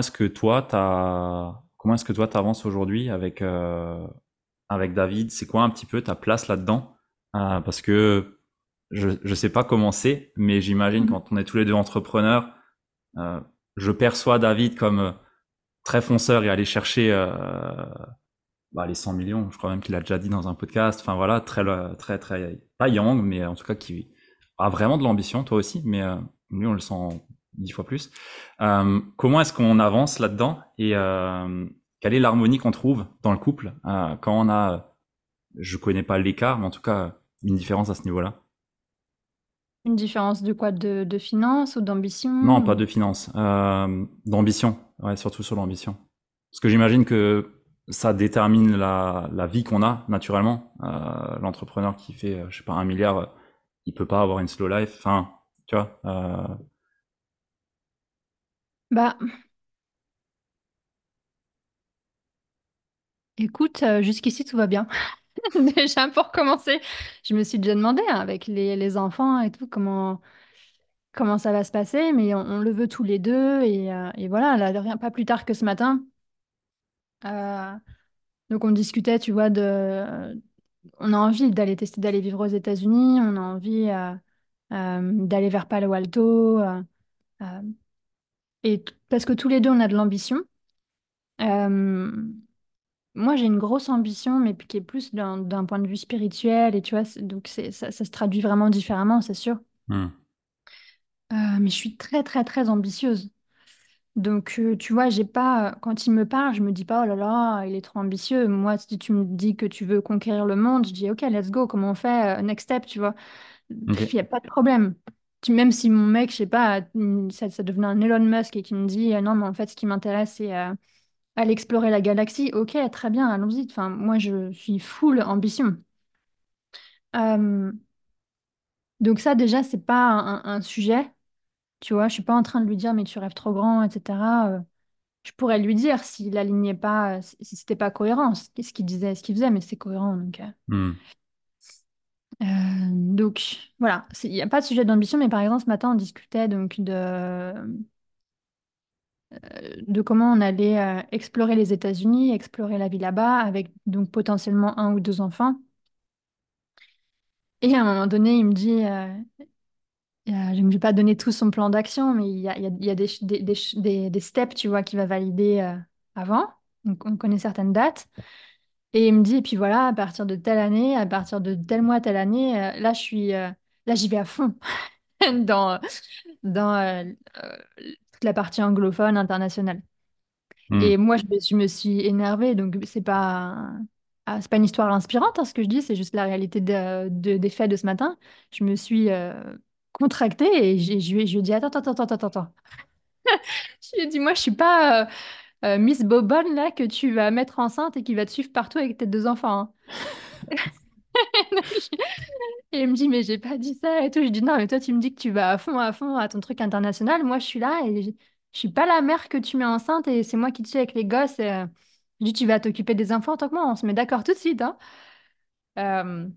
comment est-ce que toi t'avances aujourd'hui avec David? C'est quoi un petit peu ta place là-dedans? Parce que je sais pas comment c'est, mais j'imagine Mhm. quand on est tous les deux entrepreneurs, euh, je perçois David comme très fonceur et aller chercher bah, les 100 millions. Je crois même qu'il a déjà dit dans un podcast. Enfin voilà, très très pas young, mais en tout cas qui a vraiment de l'ambition. Toi aussi, mais lui on le sent 10 fois plus. Comment est-ce qu'on avance là-dedans et quelle est l'harmonie qu'on trouve dans le couple quand on a, je connais pas l'écart, mais en tout cas une différence à ce niveau-là. Une différence de quoi? De finance ou d'ambition Non, pas ou... de finance, d'ambition. Ouais, surtout sur l'ambition. Parce que j'imagine que ça détermine la vie qu'on a naturellement. L'entrepreneur qui fait, je sais pas, 1 milliard, il peut pas avoir une slow life. Enfin, tu vois. Bah, Écoute, jusqu'ici tout va bien. Déjà pour commencer, je me suis déjà demandé hein, avec les enfants et tout comment ça va se passer, mais on le veut tous les deux et voilà, là, rien, pas plus tard que ce matin. euh, donc on discutait, tu vois, on a envie d'aller tester, d'aller vivre aux États-Unis, on a envie d'aller vers Palo Alto, euh, parce que tous les deux on a de l'ambition. Euh, Moi, j'ai une grosse ambition, mais qui est plus d'un point de vue spirituel, et tu vois, donc ça se traduit vraiment différemment, c'est sûr. Hmm. Mais je suis très, très, très ambitieuse. Donc, tu vois, j'ai pas, quand il me parle, je me dis pas, oh là là, il est trop ambitieux. Moi, si tu me dis que tu veux conquérir le monde, je dis, OK, let's go, comment on fait? Next step, tu vois. Il Ok. n'y a pas de problème. Même si mon mec, je sais pas, ça devenait un Elon Musk et qui me dit, non, mais en fait, ce qui m'intéresse, c'est aller explorer la galaxie. OK, très bien, allons-y. Enfin, moi, je suis full ambition. Euh, donc ça, déjà, c'est pas un sujet. Tu vois, je suis pas en train de lui dire, mais tu rêves trop grand, etc. Je pourrais lui dire s'il alignait pas, si c'était pas cohérent, ce qu'il disait, ce qu'il faisait, mais c'est cohérent. Hmm. Donc voilà, il n'y a pas de sujet d'ambition, mais par exemple, ce matin, on discutait donc de comment on allait explorer les États-Unis, explorer la vie là-bas, avec donc potentiellement un ou deux enfants. Et à un moment donné, il me dit, je ne vais pas donner tout son plan d'action, mais il y a des steps, tu vois, qu'il va valider avant. Donc, on connaît certaines dates. Et il me dit, et puis voilà, à partir de telle année, à partir de tel mois, telle année, là, j'y vais à fond dans, dans toute la partie anglophone internationale. Hmm. Et moi, je me suis énervée, donc c'est pas une histoire inspirante, hein, ce que je dis, c'est juste la réalité des faits de ce matin. Je me suis contractée et je lui ai dit, attends, attends, attends, attends, attends. Je lui ai dit, moi, je suis pas Miss Bobonne, là, que tu vas mettre enceinte et qui va te suivre partout avec tes deux enfants, hein. Et il me dit, mais j'ai pas dit ça et tout. Je dis, non, mais toi, tu me dis que tu vas à fond à ton truc international. Moi, je suis là et je suis pas la mère que tu mets enceinte et c'est moi qui te suis avec les gosses. Je dis, tu vas t'occuper des enfants en tant que moi. On se met d'accord tout de suite, hein. Euh,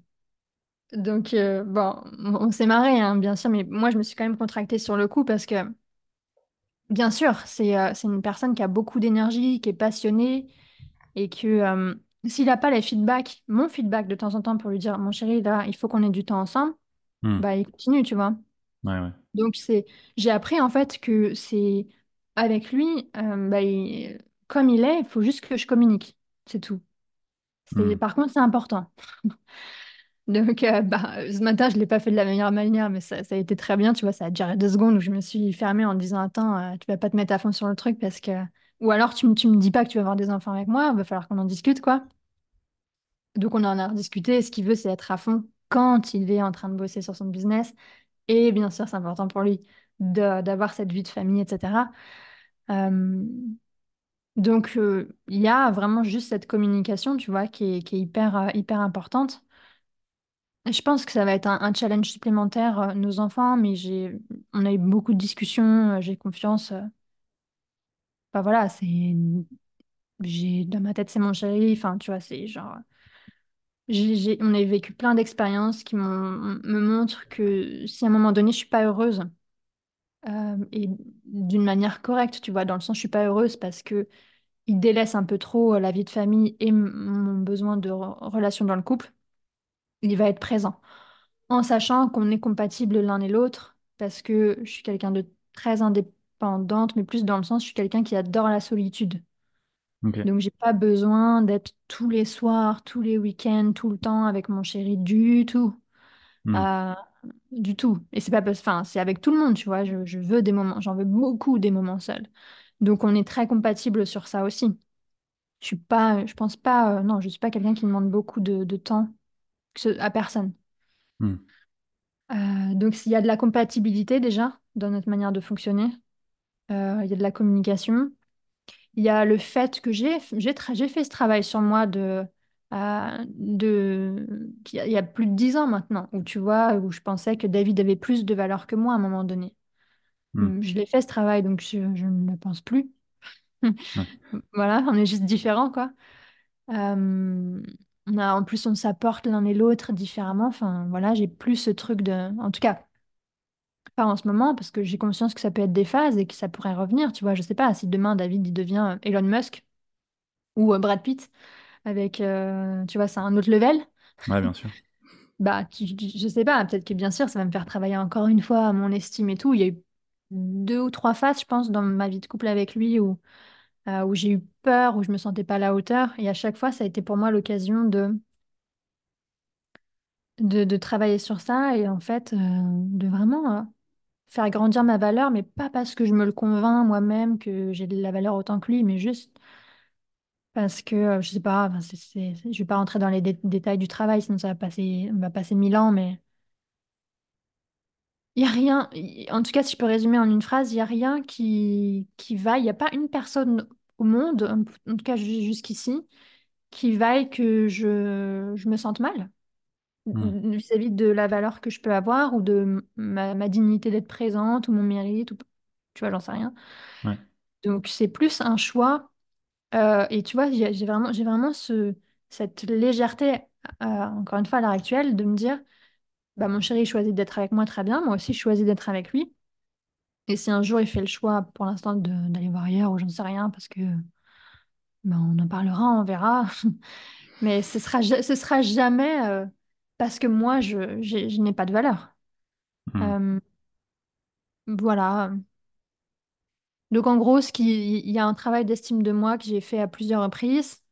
bon, on s'est marré, hein, bien sûr, mais moi, je me suis quand même contractée sur le coup parce que, bien sûr, c'est une personne qui a beaucoup d'énergie, qui est passionnée et que s'il n'a pas les feedbacks, mon feedback de temps en temps pour lui dire, mon chéri, là, il faut qu'on ait du temps ensemble, Hmm. bah, il continue, tu vois. Ouais, ouais. Donc j'ai appris en fait que c'est avec lui, comme il est, il faut juste que je communique, c'est tout. Hmm. Par contre, c'est important. Donc ce matin, je l'ai pas fait de la meilleure manière, mais ça a été très bien, tu vois, ça a duré 2 secondes où je me suis fermée en disant, attends, tu vas pas te mettre à fond sur le truc parce que, ou alors tu me dis pas que tu vas avoir des enfants avec moi, il va falloir qu'on en discute, quoi. Donc on en a rediscuté. Ce qu'il veut, c'est être à fond quand il est en train de bosser sur son business. Et bien sûr, c'est important pour lui d'avoir cette vie de famille, etc. Euh, il y a vraiment juste cette communication, tu vois, qui est hyper, hyper importante. Et je pense que ça va être un challenge supplémentaire, nos enfants, mais on a eu beaucoup de discussions, j'ai confiance. Enfin voilà, dans ma tête, c'est mon chéri. Enfin, tu vois, c'est genre, on a vécu plein d'expériences qui me montrent que si à un moment donné, je suis pas heureuse, et d'une manière correcte, tu vois, dans le sens, je suis pas heureuse parce que il délaisse un peu trop la vie de famille et mon besoin de relation dans le couple, il va être présent. En sachant qu'on est compatibles l'un et l'autre, parce que je suis quelqu'un de très indépendante, mais plus dans le sens, je suis quelqu'un qui adore la solitude. Ok. Donc, j'ai pas besoin d'être tous les soirs, tous les week-ends, tout le temps avec mon chéri du tout. Hmm. Euh, du tout. Et c'est pas parce, enfin, c'est avec tout le monde, tu vois. Je veux des moments, j'en veux beaucoup des moments seuls. Donc, on est très compatibles sur ça aussi. Je pense pas, non, je suis pas quelqu'un qui demande beaucoup de temps à personne. Hmm. Donc, s'il y a de la compatibilité déjà dans notre manière de fonctionner, il y a de la communication, il y a le fait que j'ai fait ce travail sur moi il y a plus de 10 ans maintenant, où tu vois, où je pensais que David avait plus de valeur que moi à un moment donné. Hmm. Je l'ai fait ce travail, donc je ne le pense plus. Ouais. Voilà, on est juste différents, quoi. Euh, en plus, on s'apporte l'un et l'autre différemment. Enfin, voilà, j'ai plus ce truc de... En tout cas, pas en ce moment, parce que j'ai conscience que ça peut être des phases et que ça pourrait revenir. Tu vois, je sais pas, si demain, David, il devient Elon Musk ou Brad Pitt, avec, tu vois, c'est un autre level. Ouais, bien sûr. Bah, je sais pas, peut-être que bien sûr, ça va me faire travailler encore une fois à mon estime et tout. Il y a eu 2 ou 3 phases, je pense, dans ma vie de couple avec lui où j'ai eu peur, où je me sentais pas à la hauteur. Et à chaque fois, ça a été pour moi l'occasion de travailler sur ça et en fait, de vraiment faire grandir ma valeur, mais pas parce que je me le convainc moi-même que j'ai de la valeur autant que lui, mais juste parce que, je sais pas, enfin, je vais pas rentrer dans les détails du travail, sinon on va passer 1000 ans, mais il y a rien, en tout cas, si je peux résumer en une phrase, il y a rien qui vaille, il n'y a pas une personne au monde, en tout cas jusqu'ici, qui vaille que je me sente mal Hmm. vis-à-vis de la valeur que je peux avoir ou de ma dignité d'être présente ou mon mérite, ou, tu vois, j'en sais rien. Ouais. Donc, c'est plus un choix. Et tu vois, j'ai vraiment cette légèreté, encore une fois, à l'heure actuelle, de me dire, bah, mon chéri choisit d'être avec moi très bien, moi aussi, je choisis d'être avec lui. Et si un jour il fait le choix, pour l'instant, d'aller voir ailleurs ou j'en sais rien, parce que bah, on en parlera, on verra. Mais ce sera jamais parce que moi, je n'ai pas de valeur. Hmm. Euh, voilà. Donc, en gros, il y a un travail d'estime de moi que j'ai fait à plusieurs reprises.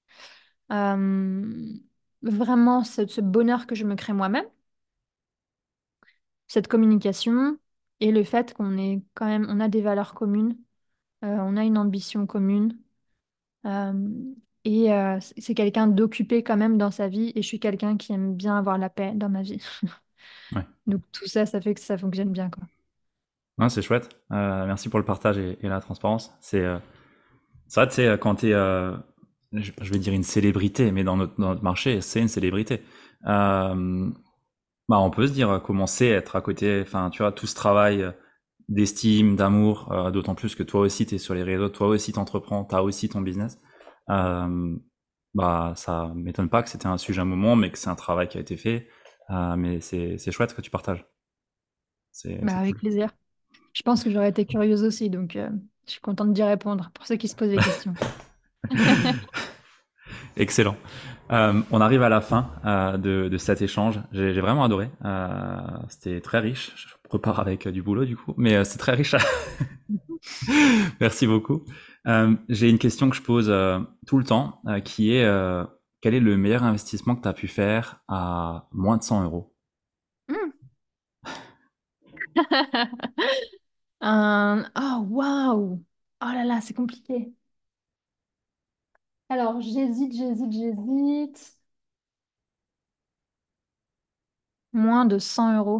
Euh, Vraiment, ce bonheur que je me crée moi-même, cette communication et le fait qu'on est quand même, on a des valeurs communes, on a une ambition commune. Euh, c'est quelqu'un d'occupé quand même dans sa vie et je suis quelqu'un qui aime bien avoir la paix dans ma vie. Ouais. Donc tout ça, ça fait que ça fonctionne bien, quoi. Ouais, c'est chouette. Merci pour le partage et la transparence. C'est vrai, tu sais, quand t'es, je vais dire une célébrité, mais dans notre marché, c'est une célébrité. Euh, Bah, on peut se dire comment c'est être à côté, enfin, tu vois, tout ce travail d'estime, d'amour, d'autant plus que toi aussi, tu es sur les réseaux, toi aussi, t'entreprends, t'as aussi ton business. Euh, Bah, ça m'étonne pas que c'était un sujet à un moment, mais que c'est un travail qui a été fait. Mais c'est chouette que tu partages. C'est Bah, avec cool. plaisir. Je pense que j'aurais été curieuse aussi, donc je suis contente d'y répondre pour ceux qui se posent des questions. Excellent. On arrive à la fin de cet échange. J'ai vraiment adoré. C'était très riche. Je repars avec du boulot du coup, mais c'est très riche. Merci beaucoup. J'ai une question que je pose tout le temps, qui est quel est le meilleur investissement que tu as pu faire à moins de 100 euros? Hmm. Oh, waouh! Oh là là, c'est compliqué. Alors, j'hésite. Moins de 100 euros.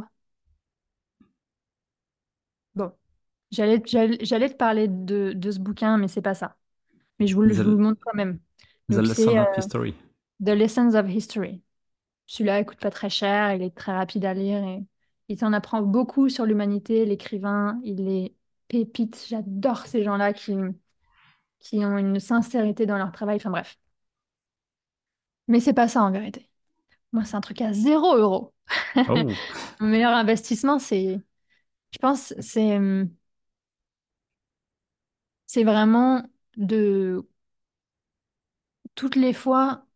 Bon, j'allais te parler de ce bouquin, mais c'est pas ça. Mais je vous le The, montre quand même. The Donc, Lesson c'est of History. The Lessons of History. Celui-là, il coûte pas très cher, il est très rapide à lire et il t'en apprend beaucoup sur l'humanité, l'écrivain, il est pépite. J'adore ces gens-là qui ont une sincérité dans leur travail. Enfin bref. Mais c'est pas ça en vérité. Moi, c'est un truc à 0 euros. Oh. Mon meilleur investissement, je pense, c'est vraiment de toutes les fois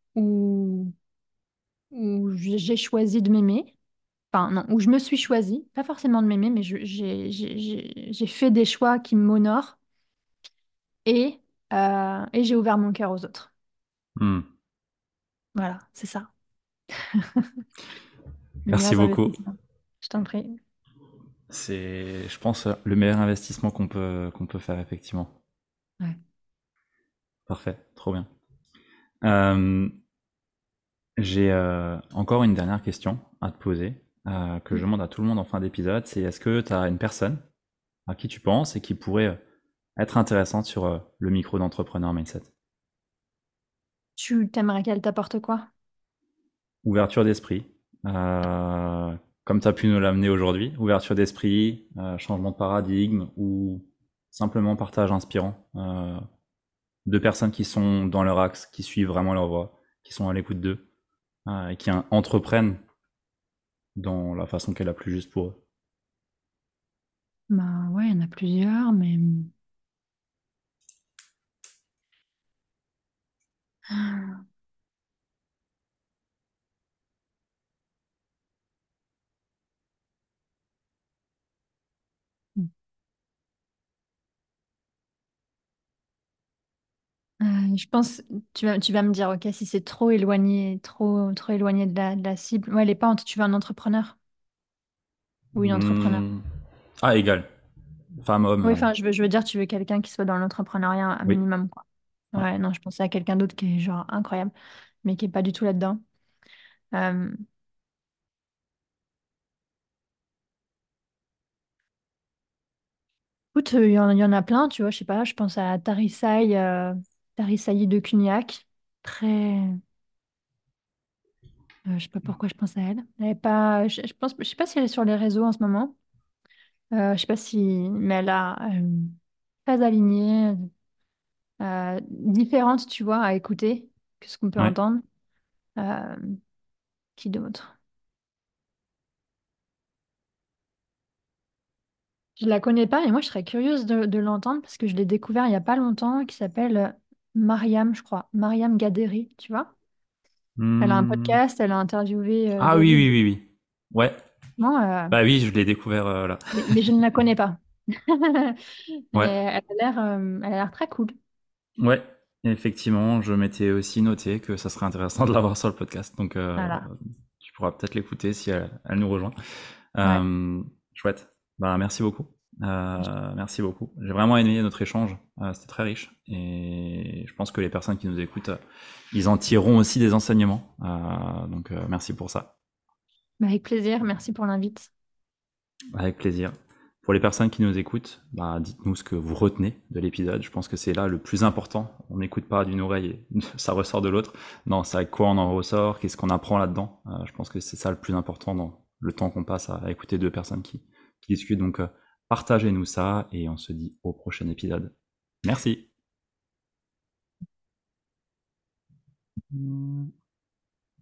où j'ai choisi de m'aimer. Enfin, non, où je me suis choisie, pas forcément de m'aimer, mais j'ai fait des choix qui m'honorent et j'ai ouvert mon cœur aux autres. Hmm. Voilà, c'est ça. Les Merci meilleurs beaucoup. investissements. Je t'en prie. C'est, je pense, le meilleur investissement qu'on peut faire effectivement. Ouais. Parfait, trop bien. Euh, J'ai encore une dernière question à te poser, que je demande à tout le monde en fin d'épisode. C'est est-ce que tu as une personne à qui tu penses et qui pourrait être intéressante sur le micro d'entrepreneur mindset? Tu t'aimerais qu'elle t'apporte quoi? Ouverture d'esprit, comme tu as pu nous l'amener aujourd'hui. Ouverture d'esprit, changement de paradigme ou simplement partage inspirant deux personnes qui sont dans leur axe, qui suivent vraiment leur voie, qui sont à l'écoute d'eux, et qui entreprennent dans la façon qui est la plus juste pour eux. Bah ouais, il y en a plusieurs, mais je pense, tu vas me dire, ok, si c'est trop éloigné, trop éloigné de la cible. Ouais, elle est pas, tu veux un entrepreneur ou une entrepreneur. Hmm. Ah, égal. Femme, homme. Oui, enfin, je veux dire, tu veux quelqu'un qui soit dans l'entrepreneuriat un Oui. minimum, quoi. Ouais. Ouais, non, je pensais à quelqu'un d'autre qui est genre incroyable, mais qui est pas du tout là-dedans. Euh, Écoute, il y en a plein, tu vois, je sais pas, je pense à Tarissaï de Cugnac. Très. Je sais pas pourquoi je pense à elle. Elle est pas, je sais pas si elle est sur les réseaux en ce moment. Je sais pas si, mais elle a très alignée, différente, tu vois, à écouter que ce qu'on peut Ouais. entendre. Euh, qui d'autre? Je la connais pas, et moi je serais curieuse de l'entendre parce que je l'ai découvert il y a pas longtemps, qui s'appelle Mariam, je crois, Mariam Gaderi, tu vois. Elle a un Hmm. podcast, elle a interviewé Ah oui, oui, David. oui, oui. Ouais. Bon, Bah oui, je l'ai découvert là. mais je ne la connais pas. Mais Ouais. elle a l'air très cool. Ouais. Effectivement, je m'étais aussi noté que ça serait intéressant de l'avoir sur le podcast. Donc, Voilà. tu pourras peut-être l'écouter si elle nous rejoint. Ouais. Euh, Chouette. Bah, merci beaucoup. Merci beaucoup. J'ai vraiment aimé notre échange. C'était très riche. Et je pense que les personnes qui nous écoutent, ils en tireront aussi des enseignements. Donc, merci pour ça. Bah, avec plaisir. Merci pour l'invite. Avec plaisir. Pour les personnes qui nous écoutent, bah, dites-nous ce que vous retenez de l'épisode. Je pense que c'est là le plus important. On n'écoute pas d'une oreille et ça ressort de l'autre. Non, c'est avec quoi on en ressort, qu'est-ce qu'on apprend là-dedans. Je pense que c'est ça le plus important dans le temps qu'on passe à écouter deux personnes qui discutent. Donc, partagez-nous ça et on se dit au prochain épisode. Merci.